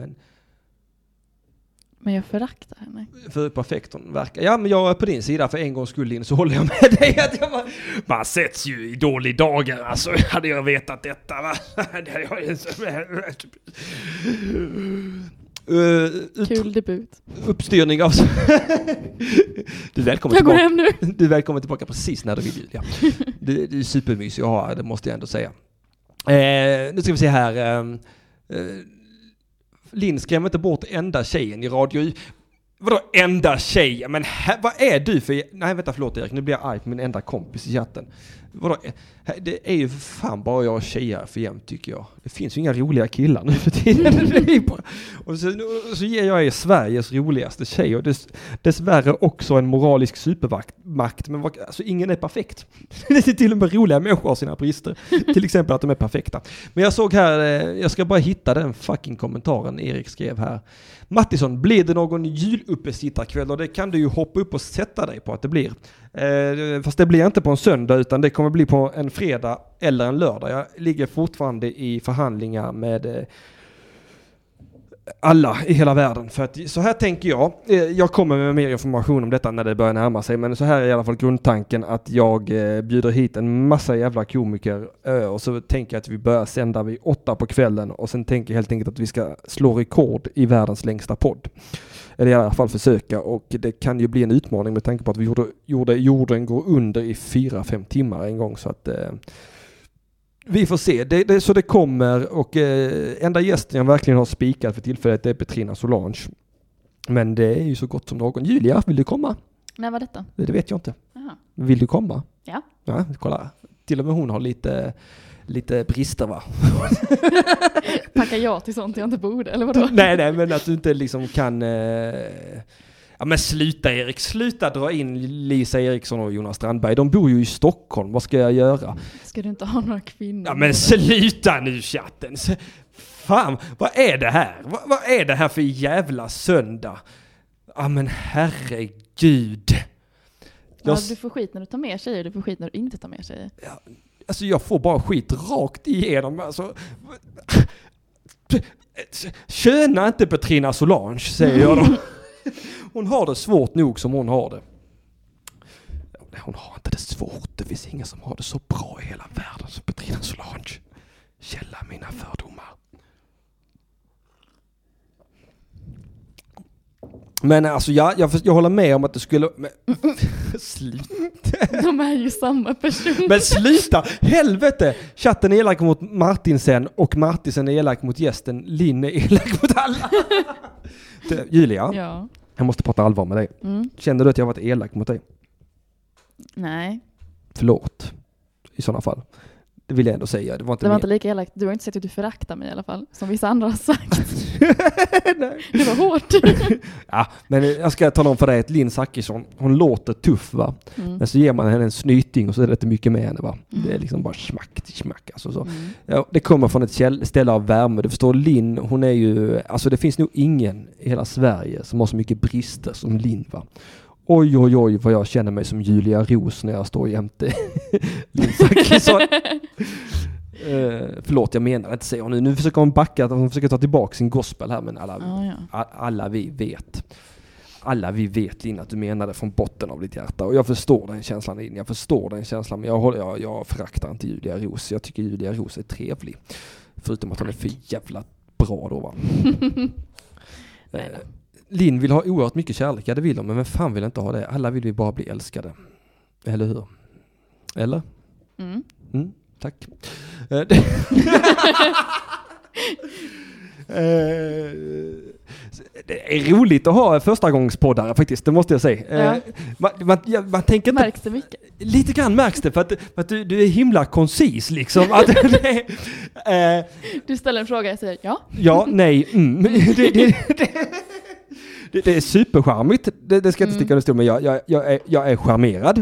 Men jag föraktar henne. För perfekt hon verkar. Ja, men jag är på din sida för en gångs skull in, så håller jag med dig. Man sätts ju i dålig dagar. Alltså, hade jag vetat detta, va? Kul debut. Uppstyrning av... Du är välkommen Jag går tillbaka. hem nu. Du är välkommen tillbaka precis när du vill, Julia. Det är supermysigt att ha, det måste jag ändå säga. Nu ska vi se här. Linn, skräm inte bort enda tjejen i radio. Vadå enda tjej? Men vad är du för... Nej, vänta, förlåt Erik. Nu blir jag arg på min enda kompis i chatten. Vadå? Det är ju för fan bara jag och tjejer för jämt, tycker jag. Det finns ju inga roliga killar nu för tiden. Och så ger jag er Sveriges roligaste tjej. Och dessvärre också en moralisk supermakt. Men alltså, ingen är perfekt. Det är till och med roliga människor har sina brister. Till exempel att de är perfekta. Men jag såg här... Jag ska bara hitta den fucking kommentaren Erik skrev här. Mattisson, blir det någon juluppesittarkväll? Och det kan du ju hoppa upp och sätta dig på att det blir. Fast det blir inte på en söndag, utan det kommer bli på en fredag eller en lördag. Jag ligger fortfarande i förhandlingar med alla i hela världen. För att, så här tänker jag. Jag kommer med mer information om detta när det börjar närma sig. Men så här är i alla fall grundtanken, att jag bjuder hit en massa jävla komiker. Och så tänker jag att vi börjar sända vid 8 på kvällen. Och sen tänker jag helt enkelt att vi ska slå rekord i världens längsta podd. Eller i alla fall försöka. Och det kan ju bli en utmaning med tanke på att vi gjorde jorden går under i 4-5 timmar en gång. Så att... vi får se. Så det kommer, och enda gästen jag verkligen har spikat för tillfället är Petrina Solange. Men det är ju så gott som någon. Julia, vill du komma? När var detta? Det vet jag inte. Aha. Vill du komma? Ja. Ja, kolla. Till och med hon har lite brister, va? Packa ja till sånt jag inte borde, eller vadå? nej, men att du inte liksom kan... Ja, men sluta Erik, sluta dra in Lisa Eriksson och Jonas Strandberg. De bor ju i Stockholm, vad ska jag göra? Ska du inte ha några kvinnor? Ja, men sluta nu chatten. Fan, vad är det här? Vad är det här för jävla söndag? Ja, men herregud. Ja, du får skit när du tar med tjejer, du får skit när du inte tar med tjejer. Ja, alltså jag får bara skit rakt igenom. Alltså, köna inte Petrina Solange, säger jag då. Hon har det svårt nog som hon har det. Hon har inte det svårt. Det finns ingen som har det så bra i hela världen som Petrina Solange. Källa mina fördomar. Men alltså jag håller med om att det skulle... Men, sluta. De är ju samma person. Men sluta! Helvete! Chatten är elak mot Martinsen och Martinsen är elak mot gästen. Linn är elak mot alla. Julia, ja. Jag måste prata allvar med dig. Känner du att jag har varit elak mot dig? Nej. Förlåt. I sådana fall. Det vill jag ändå säga. Det var inte lika elakt. Du har inte sett att du föraktar mig i alla fall. Som vissa andra har sagt. Nej. Det var hårt. Ja, men jag ska tala om för dig att Linn Zachrisson, hon låter tuff, va? Men så ger man henne en snyting och så är det inte mycket med henne, va? Det är liksom bara smack till smack. Alltså så. Ja, det kommer från ett ställe av värme. Du förstår, Linn, hon är ju... Alltså det finns nog ingen i hela Sverige som har så mycket brister som Linn, va? Oj, vad jag känner mig som Julia Ros när jag står jämte Linn Zachrisson. Förlåt, jag menar inte, säger hon nu. Nu försöker hon backa, hon försöker ta tillbaka sin gospel här, men alla vi vet. Alla vi vet, Linn, att du menar det från botten av ditt hjärta. Och jag förstår den känslan, Linn. Jag förstår den känslan, men jag föraktar inte Julia Ros. Jag tycker Julia Ros är trevlig. Förutom att hon är för jävla bra då, va? Linn vill ha oerhört mycket kärlek, ja det vill de, men vem fan vill inte ha det? Alla vill vi bara bli älskade. Eller hur? Eller? Tack. Det är roligt att ha förstagångspoddare faktiskt, det måste jag säga. Ja. Man tänker inte... Märks det mycket? Lite grann märks det, för att du är himla koncis liksom. Du ställer en fråga, jag säger ja. Ja, nej. Det är supercharmigt. Det ska jag inte sticka under stol med. Jag är charmerad.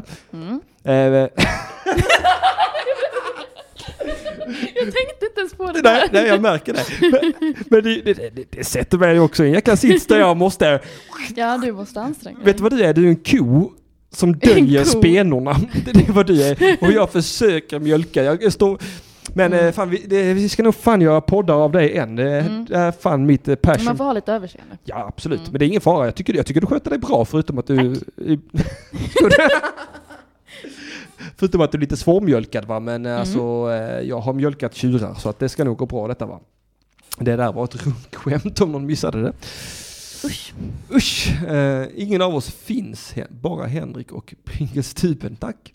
Jag tänkte inte ens på det där. Nej, jag märker det. Men det sätter mig också i en jäkla sits där jag måste... Ja, du måste anstränga dig. Vet du vad du är? Du är en ko som döljer spenorna. Det är vad du är. Och jag försöker mjölka. Jag står... Men fan, vi ska nog fan göra poddar av dig än. Det är fan mitt passion. Man får ha lite överseende. Ja, absolut. Men det är ingen fara. Jag tycker du sköter dig bra, förutom att du... Förutom att du är lite svårmjölkad, va? Men alltså, jag har mjölkat tjurar, så att det ska nog gå bra detta, va? Det där var ett runkskämt om någon missade det. Usch. Ingen av oss finns. Bara Henrik och Pringles-tuben, tack.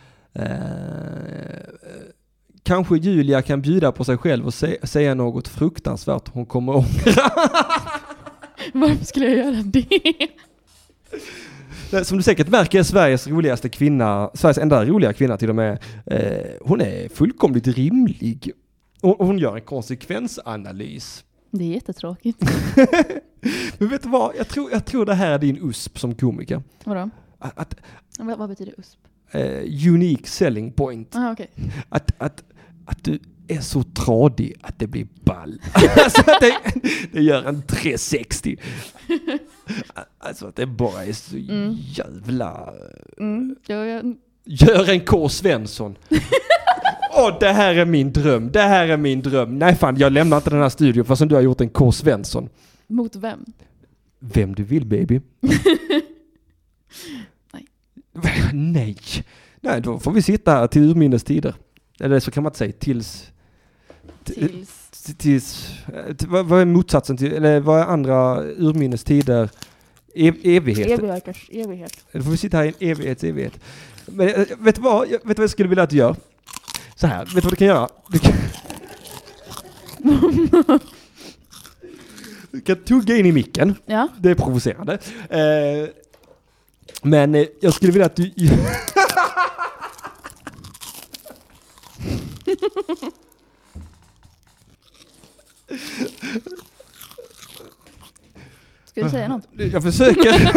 Kanske Julia kan bjuda på sig själv och säga något fruktansvärt hon kommer ångra. Varför skulle jag göra det? Som du säkert märker är Sveriges enda roliga kvinna till och med. Hon är fullkomligt rimlig. Hon gör en konsekvensanalys. Det är jättetråkigt. Men vet du vad? Jag tror det här är din USP som komiker. Vadå? Vad betyder USP? Unique selling point. Okay. Att du är så tradig att det blir ball. Alltså det gör en 360. Alltså att det bara är så jävla... Gör en K. Svensson. Det här är min dröm. Nej fan, jag lämnar inte den här studion fast du har gjort en K. Svensson. Mot vem? Vem du vill, baby. Nej, då får vi sitta här till urminnes tider. Eller så kan man inte säga tills vad är motsatsen till, eller vad är andra urminnes tider? Evighet. Evighet. Då får vi sitta här i en evighet. Men vet du vad jag skulle vilja att du gör? Så här, vet du vad du kan göra? Du kan tugga in i micken. Ja. Det är provocerande. Men jag skulle vilja att du... Ska du säga något? Jag försöker.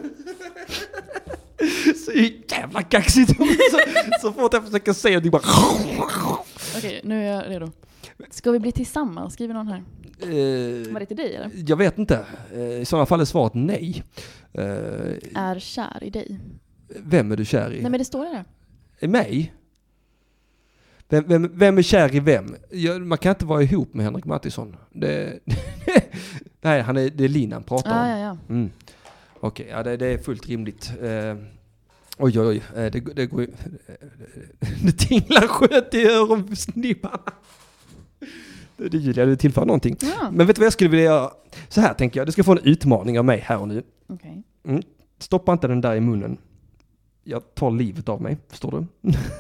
Så jävla kaxigt. Så fort jag försöker säga det bara... Okej, nu är jag redo. Ska vi bli tillsammans? Skriver någon här. Var det till dig eller? Jag vet inte. I sådana fall är svaret nej. Är kär i dig. Vem är du kär i? Nej, men det står det där. I mig? Vem är kär i vem? Man kan inte vara ihop med Henrik Mattisson. Nej, det är Lina han pratar om. Ja. Okej, ja, det är fullt rimligt. Oj, det går ju... Det tinglar sköt i öronsnibbarna. Det är Julia, du tillför någonting. Ja. Men vet du vad jag skulle vilja göra? Så här tänker jag, du ska få en utmaning av mig här och nu. Okej. Stoppa inte den där i munnen. Jag tar livet av mig, förstår du?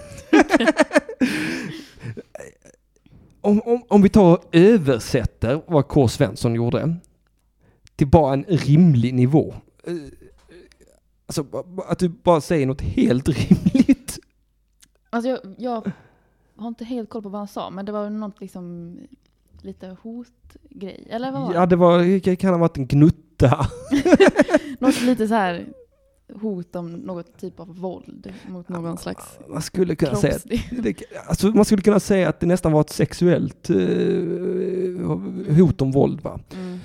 Om vi tar och översätter vad K. Svensson gjorde till bara en rimlig nivå. Alltså att du bara säger något helt rimligt. Alltså jag har inte helt koll på vad han sa, men det var något liksom lite hotgrej, eller vad var det? Ja, det kan ha varit en gnutta. Något lite så här hot om något typ av våld mot någon slags man skulle kunna säga man skulle kunna säga att det nästan var ett sexuellt hot om våld, va?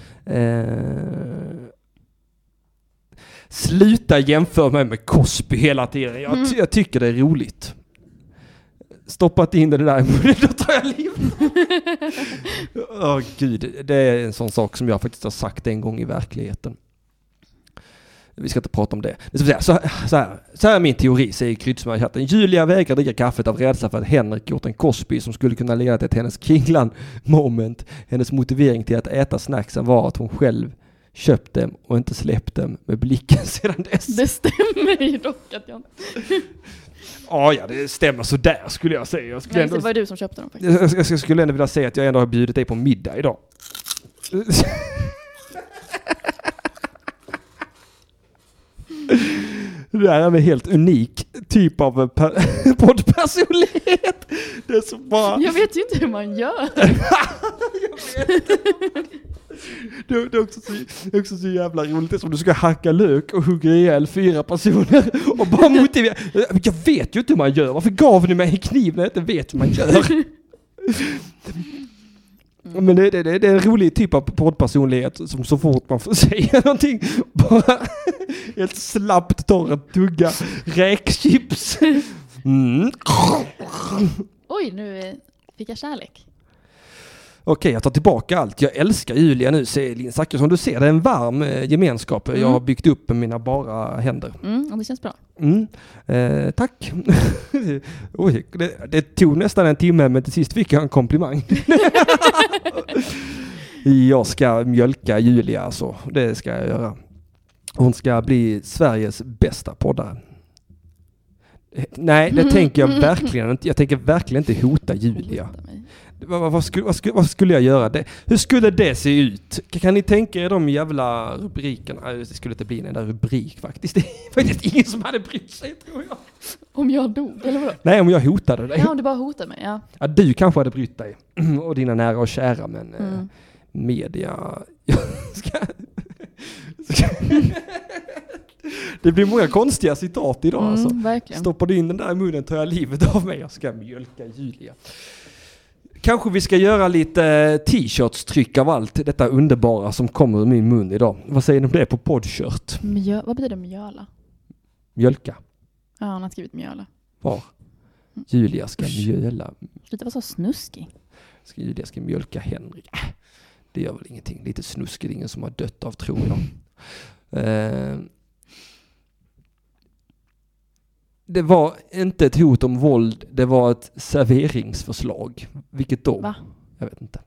Sluta jämföra mig med Cosby hela tiden. Jag tycker det är roligt. Stoppat in det där i munnen, då tar jag liv. Gud, det är en sån sak som jag faktiskt har sagt en gång i verkligheten. Vi ska inte prata om det. Så här är min teori, säger Kryddsmör-chatten. Julia vägrar dricka kaffet av rädsla för att Henrik gjort en Cosby som skulle kunna leda till hennes Kringland-moment. Hennes motivering till att äta snacksen var att hon själv köpt dem och inte släppt dem med blicken sedan dess. Det stämmer ju dock att jag inte... Ja, det stämmer så där skulle jag säga. Det var du som köpte dem faktiskt. Jag skulle ändå vilja säga att jag ändå har bjudit dig på middag idag. Det här är en helt unik typ av poddpersonlighet. Det är så bara... Jag vet ju inte hur man gör. Det är också så jävla roligt. Det är som du ska hacka lök och hugga ihjäl 4 personer och bara motivera. Jag vet ju inte hur man gör. Varför gav ni mig en kniv när jag inte vet hur man gör? Men det är en rolig typ av poddpersonlighet som så fort man får säga någonting bara helt slappt tar en tugga räkchips. Oj, nu fick jag kärlek. Okej, jag tar tillbaka allt. Jag älskar Julia nu, säger Linn Zachrisson. Du ser, det är en varm gemenskap jag har byggt upp med mina bara händer. Och det känns bra. Tack. Oj, det tog nästan en timme, men till sist fick jag en komplimang. Jag ska mjölka Julia alltså. Det ska jag göra. Hon ska bli Sveriges bästa poddare. Nej, det tänker jag verkligen inte. Jag tänker verkligen inte hota Julia. Vad skulle jag göra? Hur skulle det se ut? Kan ni tänka er de jävla rubrikerna? Det skulle inte bli en enda rubrik faktiskt. Det är faktiskt ingen som hade brytt sig, tror jag. Om jag dog, eller vadå? Nej, om jag hotade dig. Ja, om du bara hotade mig, ja. Ja, du kanske hade brytt dig. Och dina nära och kära, men media... Det blir många konstiga citat idag. Alltså. Verkligen. Stoppar du in den där i munnen tar jag livet av mig. Jag ska mjölka Julia. Kanske vi ska göra lite t-shirts tryck av allt detta underbara som kommer ur min mun idag. Vad säger ni om det på poddkört? Vad betyder mjöla? Mjölka. Ja, han har skrivit mjöla. Var? Julia ska mjöla. Sluta vara så snuskig. Julia ska mjölka Henrik. Det gör väl ingenting. Lite snuskig. Det är ingen som har dött av, tror jag. Det var inte ett hot om våld. Det var ett serveringsförslag. Vilket då? Va? Jag vet inte.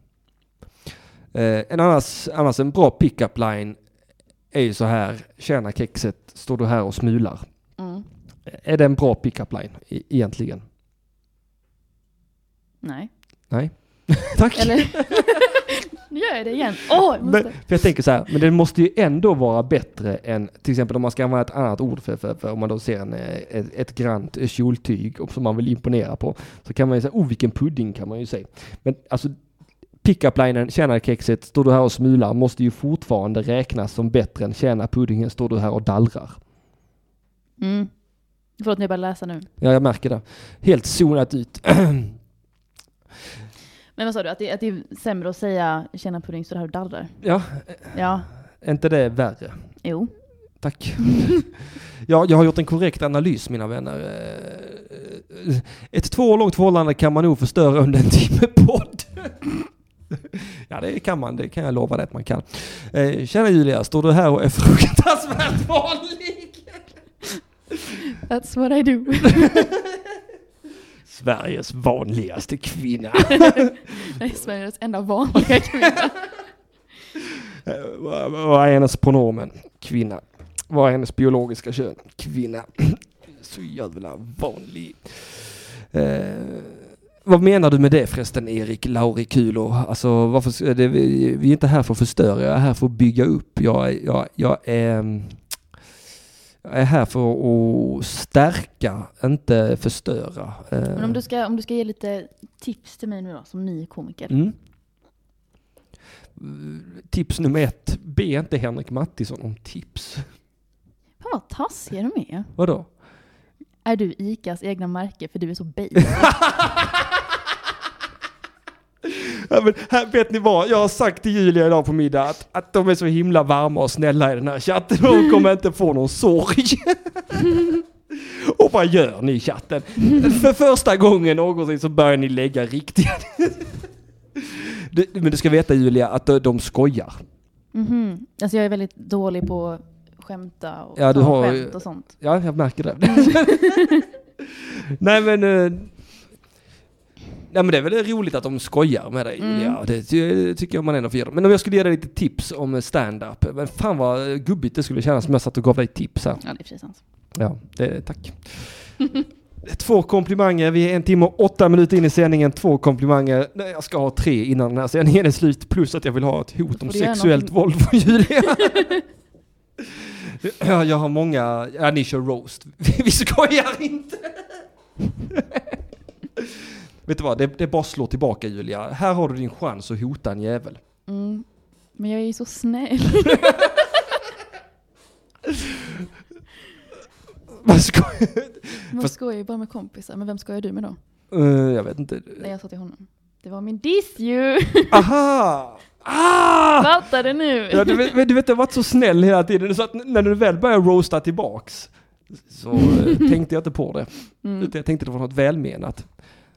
Annars en bra pick-up line är ju så här. Tjena kexet, står du här och smular? Är det en bra pick-up line egentligen? Nej. Nej. Tack. Eller nu gör jag det igen. För jag tänker så här, men det måste ju ändå vara bättre än till exempel om man ska använda ett annat ord för om man då ser ett grant kjoltyg som man vill imponera på, så kan man ju säga, vilken pudding kan man ju säga. Men alltså pick-up-linen, tjäna kexet, står du här och smular, måste ju fortfarande räknas som bättre än tjäna puddingen, står du här och dallrar. Förlåt, ni bara läsa nu. Ja, jag märker det. Helt zonat ut. Men vad sa du? Att det är sämre att säga tjena pudding så det här och dallrar? Ja. Ja. Är inte det värre? Jo. Tack. Ja, jag har gjort en korrekt analys, mina vänner. Ett 2 år långt förhållande kan man nog förstöra under en timme podd. Ja, det kan man. Det kan jag lova dig att man kan. Tjena Julia, står du här och är fruktansvärt vanlig? That's what I do. Sveriges vanligaste kvinna. Nej, Sveriges enda vanliga kvinna. Vad är hennes pronomen? Kvinna. Vad är hennes biologiska kön? Kvinna. Så jävla vanlig. Vad menar du med det förresten, Erik Laurikulo? Alltså, varför, vi är inte här för att förstöra, jag är här för att bygga upp. Jag är här för att stärka, inte förstöra. Men om du ska ge lite tips till mig nu då, som ny komiker. Tips nummer 1. Be inte Henrik Mattisson om tips. Fan vad taskig de är. Vadå? Är du ICAs egna märke för du är så basic? Ja, men här, vet ni vad? Jag har sagt till Julia idag på middag att de är så himla varma och snälla i den här chatten. De kommer inte få någon sorg. Och vad gör ni i chatten? För första gången någonsin så börjar ni lägga riktiga... Men du ska veta, Julia, att de skojar. Alltså jag är väldigt dålig på att skämta och skämt och sånt. Ja, jag märker det. Nej, men det är väl roligt att de skojar med dig, Julia. Det tycker jag man ändå får göra. Men om jag skulle ge dig lite tips om stand-up. Men fan vad gubbigt det skulle kännas om jag satt och gav dig tips här. Ja, det är precis sant. Ja, tack. 2 komplimanger. Vi är 1 timme och 8 minuter in i sändningen. 2 komplimanger. Nej, jag ska ha 3 innan den här sändningen är slut. Plus att jag vill ha ett hot om sexuellt våld från Julia. Ja, jag har många... Ja, ni kör roast. Vi skojar inte. Vet du vad? Det är bara att slå tillbaka, Julia. Här har du din chans att hota en jävel. Men jag är ju så snäll. Man skojar ju bara med kompisar. Men vem skojar du med då? Jag vet inte. Nej, jag sa till honom. Det var min diss ju. Aha! Fattar det nu? Ja, du vet, jag har varit så snäll hela tiden. Så att när du väl börjar roasta tillbaks så tänkte jag inte på det. Utan jag tänkte det var något välmenat.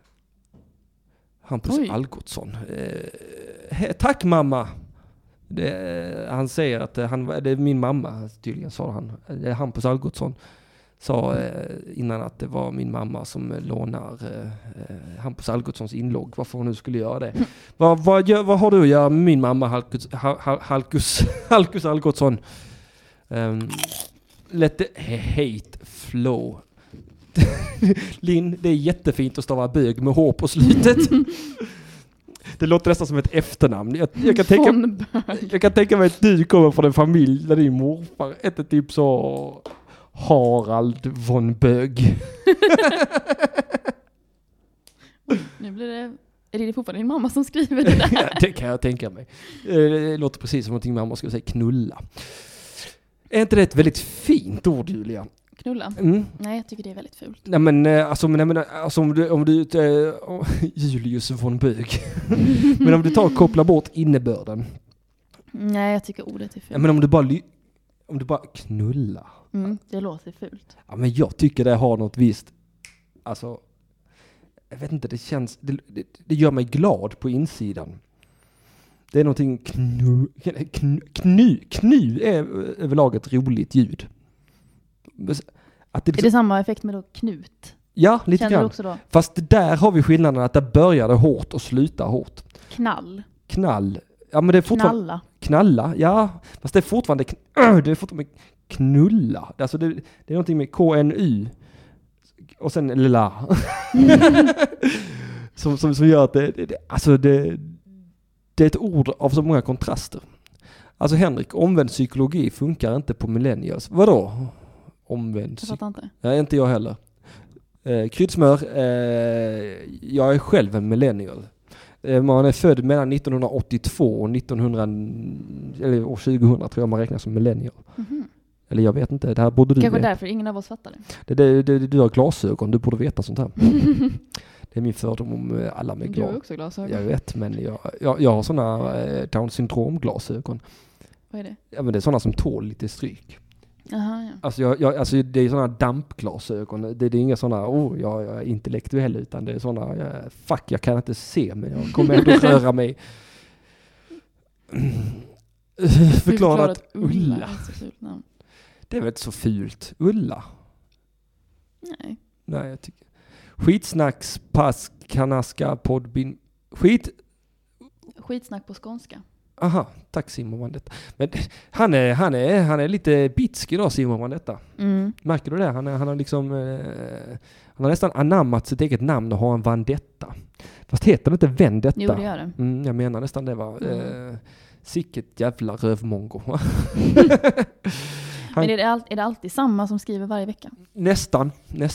Hampus Algotsson. Tack mamma. Han säger att det är min mamma, tydligen sa han. Det är Hampus Algotsson sa innan att det var min mamma som lånar Hampus Algotssons inlogg. Varför hon nu skulle göra det. Vad har du att göra med min mamma Halkus Algotsson? Let the hate flow. Linn, det är jättefint att stava bög med H på slutet. Det låter nästan som ett efternamn. Jag kan tänka mig att du kommer från en familj där din morfar heter typ så Harald von Bög. Nu blir det... Är det fortfarande din mamma som skriver det där? Ja, det kan jag tänka mig. Det låter precis som någonting mamma skulle säga, knulla. Är inte det ett väldigt fint ord, Julia? Knulla? Nej, jag tycker det är väldigt fult. Nej, men om du Julius von Bög. Men om du tar och kopplar bort innebörden. Nej, jag tycker ordet är fult. Ja, men om du bara knulla. Det låter fult. Ja, men jag tycker det har något visst. Alltså, jag vet inte, det känns... Det gör mig glad på insidan. Det är någonting knu är överlag ett roligt ljud. Att det liksom, är det samma effekt med då knut? Ja, lite Känner grann. du också då? Fast där har vi skillnaden att det började hårt och slutar hårt. Knall. Ja, men det är fortfarande... Knalla, ja. Fast det är fortfarande knulla. Alltså det är någonting med KNU. Och sen la. som gör att det är ett ord av så många kontraster. Alltså Henrik, omvänd psykologi funkar inte på millennials. Vadå? Omvänd Jag fattar inte. Nej, inte jag heller. Kryddsmör, jag är själv en millennial. Man är född mellan 1982 och eller år 2000 tror jag man räknar som millennial. Mm-hmm. Eller jag vet inte, det här borde du kanske veta. Därför ingen av oss fattar det. Du har glasögon, du borde veta sånt här. Det är min fördom om alla med Du har också glasögon. Jag vet, men jag har såna Down syndrom-glasögon. Vad är det? Ja, men det är såna som tål lite stryk. Aha, ja. Alltså det är såna dampglasögon. Det är inga såna, jag är intellektuell, utan det är såna, jag kan inte se, men jag kommer ändå röra mig. Förklara att Ulla. Det är väl inte så fult. Ulla. Nej, jag tycker. Skitsnacks, pass, kanaska, poddbin. Skitsnack på skånska. Aha, tack Simon Vandetta. Men han är lite bitsk idag, Simon Vandetta. Märker du det? Han har liksom han har nästan anammat sitt eget namn och har en Vandetta. Fast heter det inte Vendetta? Jo, det gör det. Jag menar nästan det, va. Sicket jävla rövmongo. Men är det alltid samma som skriver varje vecka? Nästan.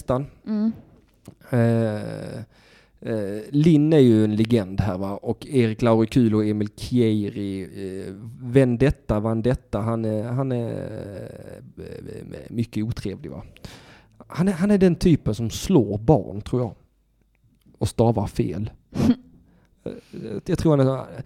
Linn är ju en legend här, va, och Erik Laurikulo och Emil Kieri, Vendetta, han är mycket otrevlig, va. Han är den typen som slår barn, tror jag, och stavar fel. Jag tror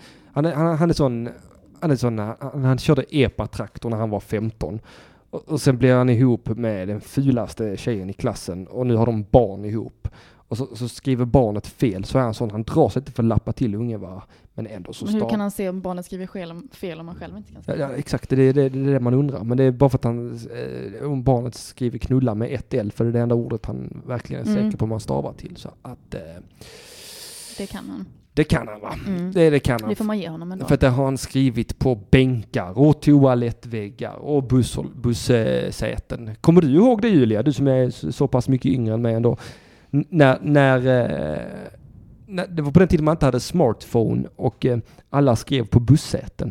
han körde epa-traktor när han var 15. Och sen blev han ihop med den fulaste tjejen i klassen. Och nu har de barn ihop. Och så skriver barnet fel. Så är han sån, han drar sig inte för att lappa till ungen, va. Men ändå så hur kan han se om barnet skriver fel om man själv inte kan skriva? Ja, exakt, det är det man undrar. Men det är bara för att om barnet skriver knulla med ett L. För det är det enda ordet han verkligen är säker på man stavar till. Så att... det kan han. Det kan han, va? Det kan han. Det får man ge honom ändå. För att det har han skrivit på bänkar och toalettväggar och bussäten. Kommer du ihåg det, Julia? Du som är så pass mycket yngre än mig ändå. När det var på den tiden man inte hade smartphone och alla skrev på bussäten.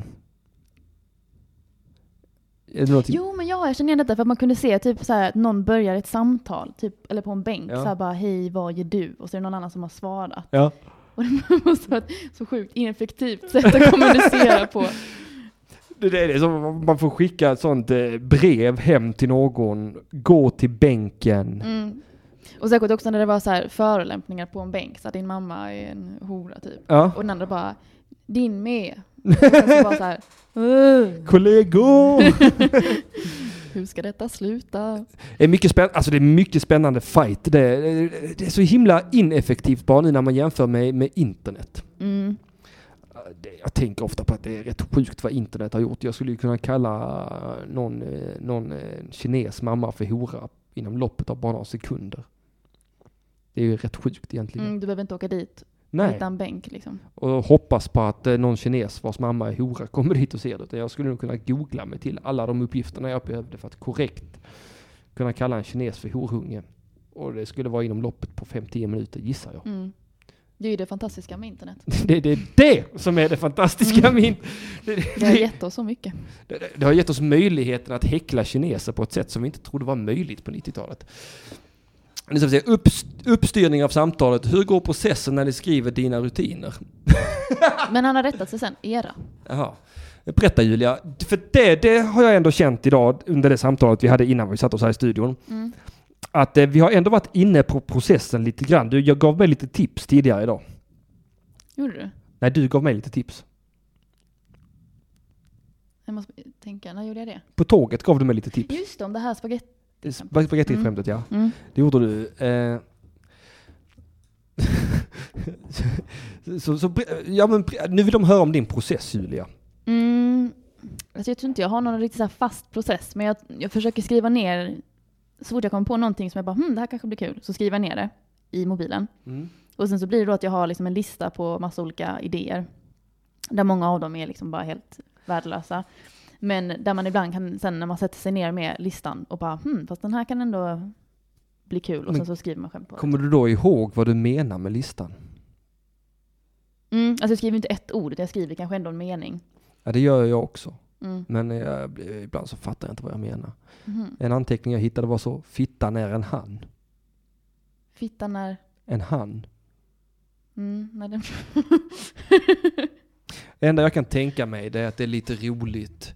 Jo, men jag känner igen detta för att man kunde se typ så här att någon börjar ett samtal typ, eller på en bänk så här bara, hej, vad gör du? Och så är det någon annan som har svarat. Ja. Och det måste vara ett så sjukt ineffektivt sätt att kommunicera på. Det är det som man får skicka ett sånt brev hem till någon, gå till bänken. Och säkert också när det var så här förolämpningar på en bänk, så att din mamma är en hora typ. Ja. Och den andra bara, din med. Och så bara så här, kollegor! Hur ska detta sluta? Det är mycket spännande fight. Det är så himla ineffektivt bara nu när man jämför med internet. Jag tänker ofta på att det är rätt sjukt vad internet har gjort. Jag skulle ju kunna kalla någon kines mamma för hora inom loppet av bara några sekunder. Det är ju rätt sjukt egentligen. Du behöver inte åka dit. Nej. Hitta en bänk liksom. Och hoppas på att någon kines vars mamma är hora kommer dit och ser det. Utan jag skulle nog kunna googla mig till alla de uppgifterna jag behövde för att korrekt kunna kalla en kines för horunge. Och det skulle vara inom loppet på 5-10 minuter, gissar jag. Mm. Det är ju det fantastiska med internet. Det är det som är det fantastiska med Det har gett oss så mycket. Det har gett oss möjligheten att häckla kineser på ett sätt som vi inte trodde var möjligt på 90-talet. Nu ska vi se, uppstyrning av samtalet. Hur går processen när ni skriver dina rutiner? Men han har rättat sig sen, era. Jaha. Berätta Julia, för det har jag ändå känt idag under det samtalet vi hade innan vi satt oss här i studion. Mm. Att vi har ändå varit inne på processen lite grann. Jag gav mig lite tips tidigare idag. Gjorde du? Nej, du gav mig lite tips. Jag måste tänka, när gjorde jag det? På tåget gav du mig lite tips. Just det, om det här spagetti. Spagettiskämtet, ja. Mm. Det gjorde du. Ja, men nu vill de höra om din process, Julia. Alltså jag tror inte jag har någon riktigt så här fast process, men jag försöker skriva ner så fort jag kommer på någonting som jag bara, det här kanske blir kul, så skriver jag ner det i mobilen. Och sen så blir det då att jag har liksom en lista på massa olika idéer, där många av dem är liksom bara helt värdelösa. Men där man ibland kan, sen när man sätter sig ner med listan och bara, fast den här kan ändå bli kul, och sen så skriver man skämt på det. Kommer du då ihåg vad du menar med listan? Alltså jag skriver inte ett ord, jag skriver kanske ändå en mening. Ja, det gör jag också. Men ibland så fattar jag inte vad jag menar. En anteckning jag hittade var så: fittan är en han. Fittan är? En han. Nej, det... Det enda jag kan tänka mig det är att det är lite roligt.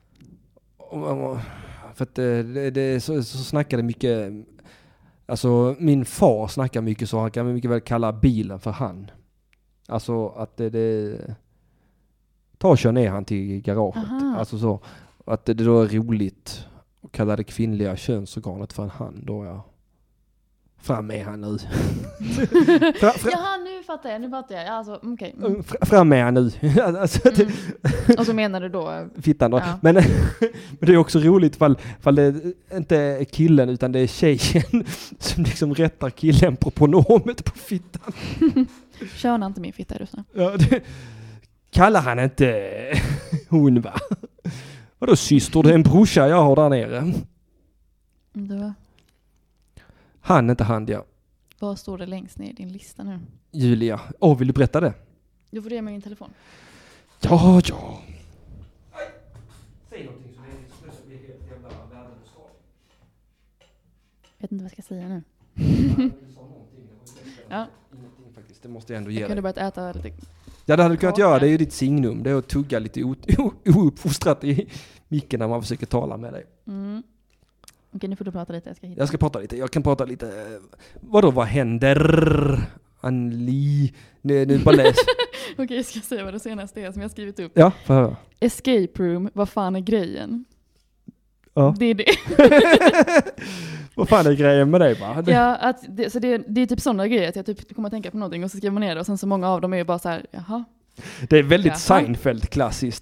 För att det är så snackade mycket. Alltså min far snackar mycket så, han kan mycket väl kalla bilen för han. Alltså att det ta och kör ner han till garaget. Aha. Alltså så att det då är roligt att kalla det kvinnliga könsorganet för en han. Då jag fram med han nu. Jaha, nu fattar jag. Alltså, okej. Fram med han nu. Alltså, Och så menar du då? Fittan då. Ja. Men det är också roligt fall det inte är killen utan det är tjejen som liksom rättar killen på pronomet på fittan. Kör inte min fitta, är du så? Ja, kallar han inte hon, va? Vadå syster? Det är en brorsa jag har där nere. Då. Han, inte han, ja. Vad står det längst ner i din lista nu? Julia. Vill du berätta det? Du får ge mig min telefon. Ja. Säg någonting som är helt jävla värdelöst. Jag vet inte vad jag ska säga nu. Ja. Ingenting faktiskt. Det måste jag ändå ge Jag dig. kunde börjat äta lite. Ja, det hade du kunnat göra. Det är ju ditt signum. Det är att tugga lite ouppfostrat i micken när man försöker tala med dig. Okej, nu får du prata lite. Jag ska prata lite. Jag kan prata lite. Vad händer? Anli. Nu bara läs. Okej, jag ska säga vad det senaste är som jag har skrivit upp. Ja, får höra. Escape room, vad fan är grejen? Ja. Det är det. Vad fan är grejen med dig, va? Ja, det är typ sådana grejer att jag typ kommer att tänka på någonting och så skriver man ner det och sen så många av dem är ju bara så här, jaha. Det är väldigt Seinfeld-klassiskt.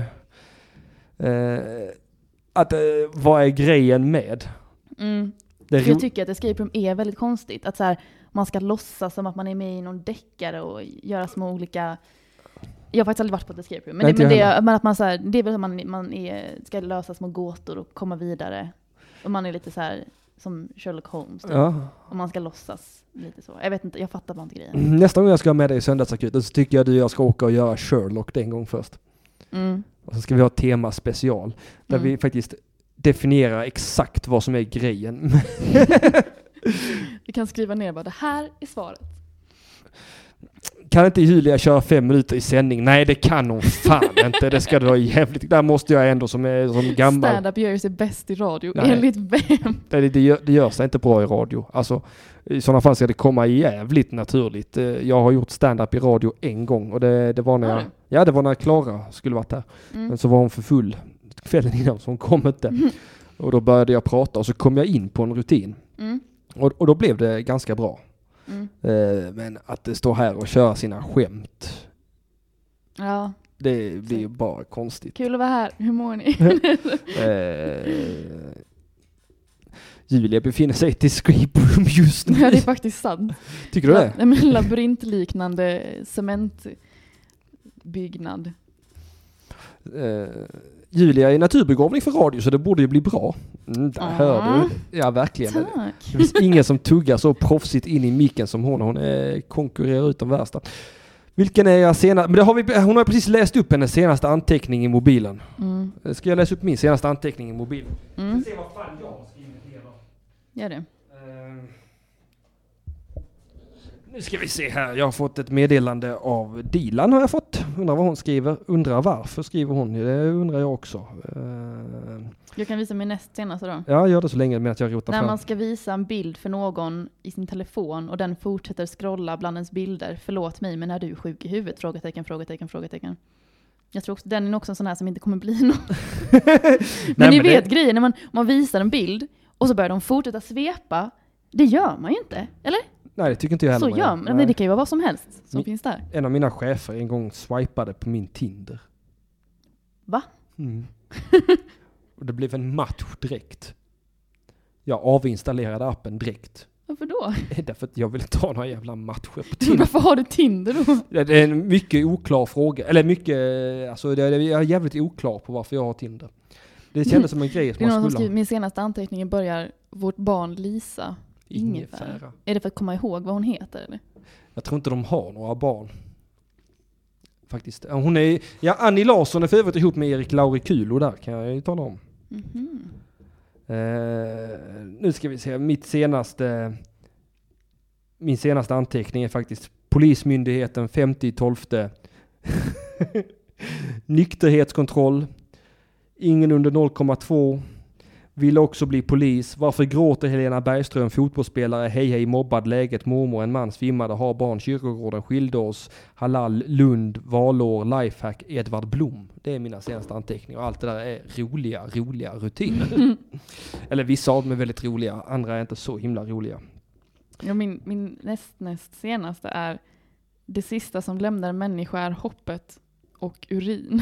Vad är grejen med? Jag tycker att escape room är väldigt konstigt. Att så här, man ska låtsas som att man är med i någon deckare och göra små olika... Jag har faktiskt aldrig varit på ett escape room. Men att man så här, det är väl att man ska lösa små gåtor och komma vidare. Och man är lite så här som Sherlock Holmes. Typ. Ja. Och man ska låtsas lite så. Jag vet inte, jag fattar bara inte grejen. Nästa gång jag ska ha med dig i Söndagsakuten så tycker jag ska åka och göra Sherlock den gång först. Och så ska vi ha ett tema special. Där vi faktiskt definierar exakt vad som är grejen. Vi kan skriva ner vad det här är svaret. Kan inte Julia köra 5 minuter i sändning? Nej, det kan hon fan inte. Det ska det vara jävligt. Där måste jag ändå som gammal... Stand-up gör sig bäst i radio. Nej. Enligt vem? Det gör sig inte bra i radio. Alltså, i sådana fall ska det komma jävligt naturligt. Jag har gjort stand-up i radio en gång. Och det var när det var när Klara skulle varit här. Men så var hon för full kvällen innan så hon kom inte. Och då började jag prata och så kom jag in på en rutin. Och då blev det ganska bra. Men att det står här och kör sina skämt. Ja. Det blir ju bara konstigt. Kul att vara här. Hur mår ni? Julia befinner sig i ett escape room just nu. Ja, det är faktiskt sant. Tycker du det? En labyrintliknande cementbyggnad. Julia är naturbegåvning för radio, så det borde ju bli bra. Där hör du. Ja, verkligen. Tack. Det finns ingen som tuggar så proffsigt in i micken som hon. Hon konkurrerar ut de värsta. Vilken är jag senast? Men det har hon har precis läst upp hennes senaste anteckning i mobilen. Ska jag läsa upp min senaste anteckning i mobilen? Vi ska se vad fan jag har skrivit ner då. Gör det. Nu ska vi se här. Jag har fått ett meddelande av Dilan har jag fått. Undrar vad hon skriver. Undrar varför skriver hon. Det undrar jag också. Jag kan visa min näst senaste då. Ja, gör det så länge med att jag rotar När fram. man ska visa en bild för någon i sin telefon och den fortsätter scrolla bland ens bilder. Förlåt mig, men är du sjuk i huvudet? Frågetecken. Jag tror också den är också en sån här som inte kommer bli någon. Men ni vet grejen, när man visar en bild och så börjar de fortsätta svepa. Det gör man ju inte, eller? Nej, det tycker inte jag heller. Så gör man. Men det kan ju vara vad som helst som finns där. En av mina chefer en gång swipade på min Tinder. Va? Och det blev en match direkt. Jag avinstallerade appen direkt. Varför då? Därför att jag vill inte ha några jävla matcher på Tinder. Varför har du Tinder då? Det är en mycket oklar fråga. Eller mycket, alltså jag är jävligt oklar på varför jag har Tinder. Det kändes som en grej som det är man någon skulle som min senaste anteckning börjar vårt barn Lisa. Ingefära. Är det för att komma ihåg vad hon heter eller? Jag tror inte de har några barn. Faktiskt. Hon är, Annie Larsson är för övrigt ihop med Erik Laurikulo där, kan jag ju tala om. Nu ska vi se, min senaste anteckning är faktiskt Polismyndigheten 50/12. Nykterhetskontroll. Ingen under 0,2. Vill också bli polis. Varför gråter Helena Bergström, fotbollsspelare? Hej mobbad, läget, mormor, en man svimmade, har barn, kyrkogården, skilde oss, halal, Lund, valår, lifehack, Edvard Blom. Det är mina senaste anteckningar. Och allt det där är roliga rutiner. Eller vissa av dem är väldigt roliga, andra är inte så himla roliga. Ja, min näst senaste är det sista som lämnar en människa är hoppet och urin.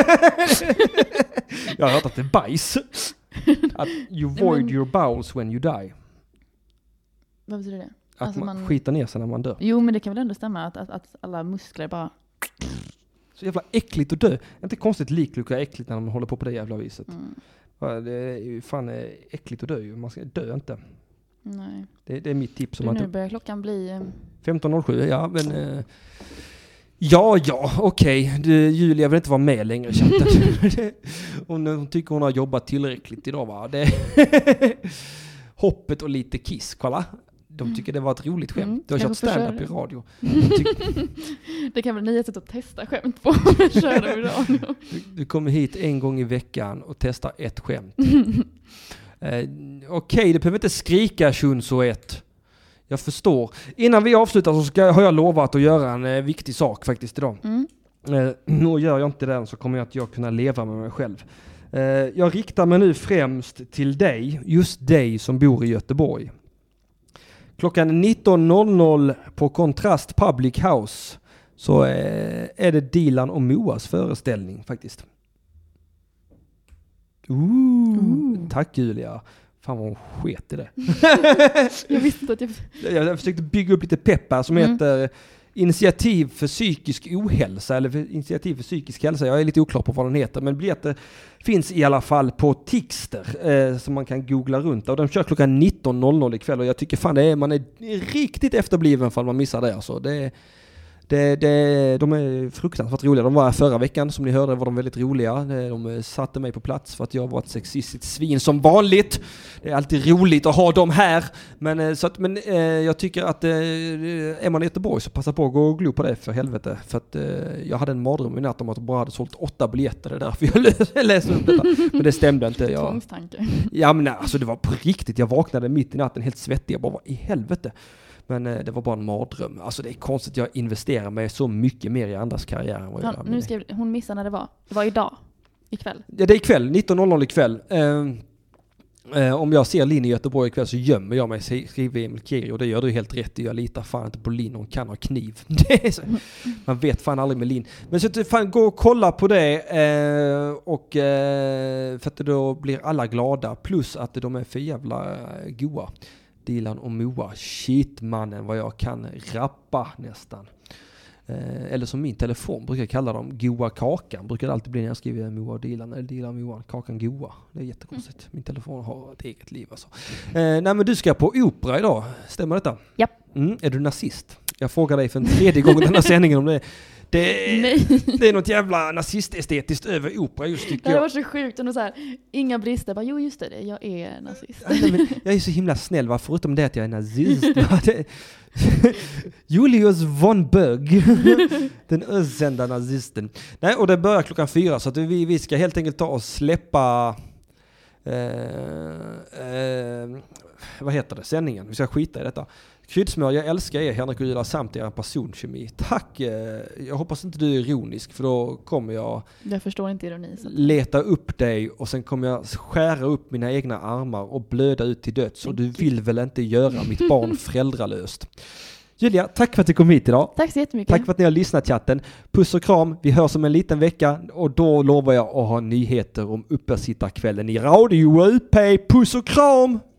Jag har hört att det är bajs. Att you void your bowels when you die. Vad betyder det? Att alltså man skitar ner sig när man dör. Jo, men det kan väl ändå stämma att alla muskler bara... Så jävla äckligt att dö. Inte konstigt liklucka äckligt när man håller på det jävla viset. Det är ju fan äckligt att dö ju. Man ska dö inte. Nej. Det är mitt tips. Nu börjar klockan bli... 15.07, ja men... Ja, okej. Julia vill inte vara med längre i chatten. Hon tycker hon har jobbat tillräckligt idag, va? Hoppet och lite kiss, kolla. De tycker det var ett roligt skämt. Du har kört stand-up i radio. Det kan vara nya sätt att testa skämt på. Köra i radio. Du kommer hit en gång i veckan och testar ett skämt. Okej, det behöver inte skrika Shunso 1. Jag förstår. Innan vi avslutar så har jag lovat att göra en viktig sak faktiskt idag. Och gör jag inte den så kommer jag att kunna leva med mig själv. Jag riktar mig nu främst till dig, just dig som bor i Göteborg. Klockan 19.00 på Kontrast Public House så är det Dilan och Moas föreställning faktiskt. Tack Julia. Fan vad hon sket i det. Jag visste inte att jag försökte bygga upp lite peppar som heter Initiativ för psykisk ohälsa eller Initiativ för psykisk hälsa. Jag är lite oklar på vad den heter, men biljetter finns i alla fall på Tixter som man kan googla runt. Och de kör klockan 19.00 ikväll och jag tycker fan man är riktigt efterbliven för att man missar det. Alltså. De är fruktansvärt roliga. De var här förra veckan, som ni hörde var de väldigt roliga. De satte mig på plats för att jag var ett sexistiskt svin som vanligt. Det är alltid roligt att ha dem här. Men jag tycker att är man i Göteborg så passa på att gå och glo på det för helvete. För att jag hade en mardröm i natt om att de bara hade sålt 8 biljetter. Det är därför jag läste upp detta. Men det stämde inte. Tvångstanke. Ja men alltså det var på riktigt. Jag vaknade mitt i natten helt svettig. Jag bara, vad i helvete? Men det var bara en mardröm. Alltså det är konstigt att jag investerar mig så mycket mer i andras karriär. Nu skrev hon missade när det var. Det var idag. Ikväll. Ja, det är ikväll. 19.00 ikväll. Om jag ser Linn i Göteborg ikväll så gömmer jag mig, skriver Emil Kiri, och det gör du helt rätt i. Jag litar fan inte på Linn, hon kan ha kniv. Det är så, man vet fan aldrig med Linn. Men så att fan gå och kolla på det för att då blir alla glada. Plus att de är för jävla goa. Dilan och Moa. Shit mannen vad jag kan rappa nästan. Eller som min telefon brukar kalla dem, goa kakan. Brukar det alltid bli när jag skriver Moa och Dilan, eller Dilan och Moa, kakan goa. Det är jättekonstigt. Min telefon har ett eget liv alltså. Nej men du ska på opera idag, stämmer detta? Japp. Är du nazist? Jag frågar dig för en tredje gång den här sändningen om det. Nej. Det är något jävla nazistestetiskt över opera just tycker Det jag. var så sjukt och så här, inga brister. Bara, jo just det, jag är nazist. Nej, men jag är så himla snäll, va? Förutom det att jag är nazist. Julius von Bögg. Den ösända nazisten. Nej, och det börjar 4:00 så att vi ska helt enkelt ta och släppa vad heter det? Sändningen. Vi ska skita i detta. Kryddsmör, jag älskar er Henrik och Ida samt er personkemi. Tack! Jag hoppas inte du är ironisk för då kommer jag förstår inte ironi. Så. Leta upp dig och sen kommer jag skära upp mina egna armar och blöda ut till döds. Och du vill väl inte göra mitt barn föräldralöst. Julia, tack för att du kom hit idag. Tack så jättemycket. Tack för att ni har lyssnat chatten. Puss och kram, vi hörs om en liten vecka och då lovar jag att ha nyheter om uppesittarkvällen i Radio UP. Puss och kram!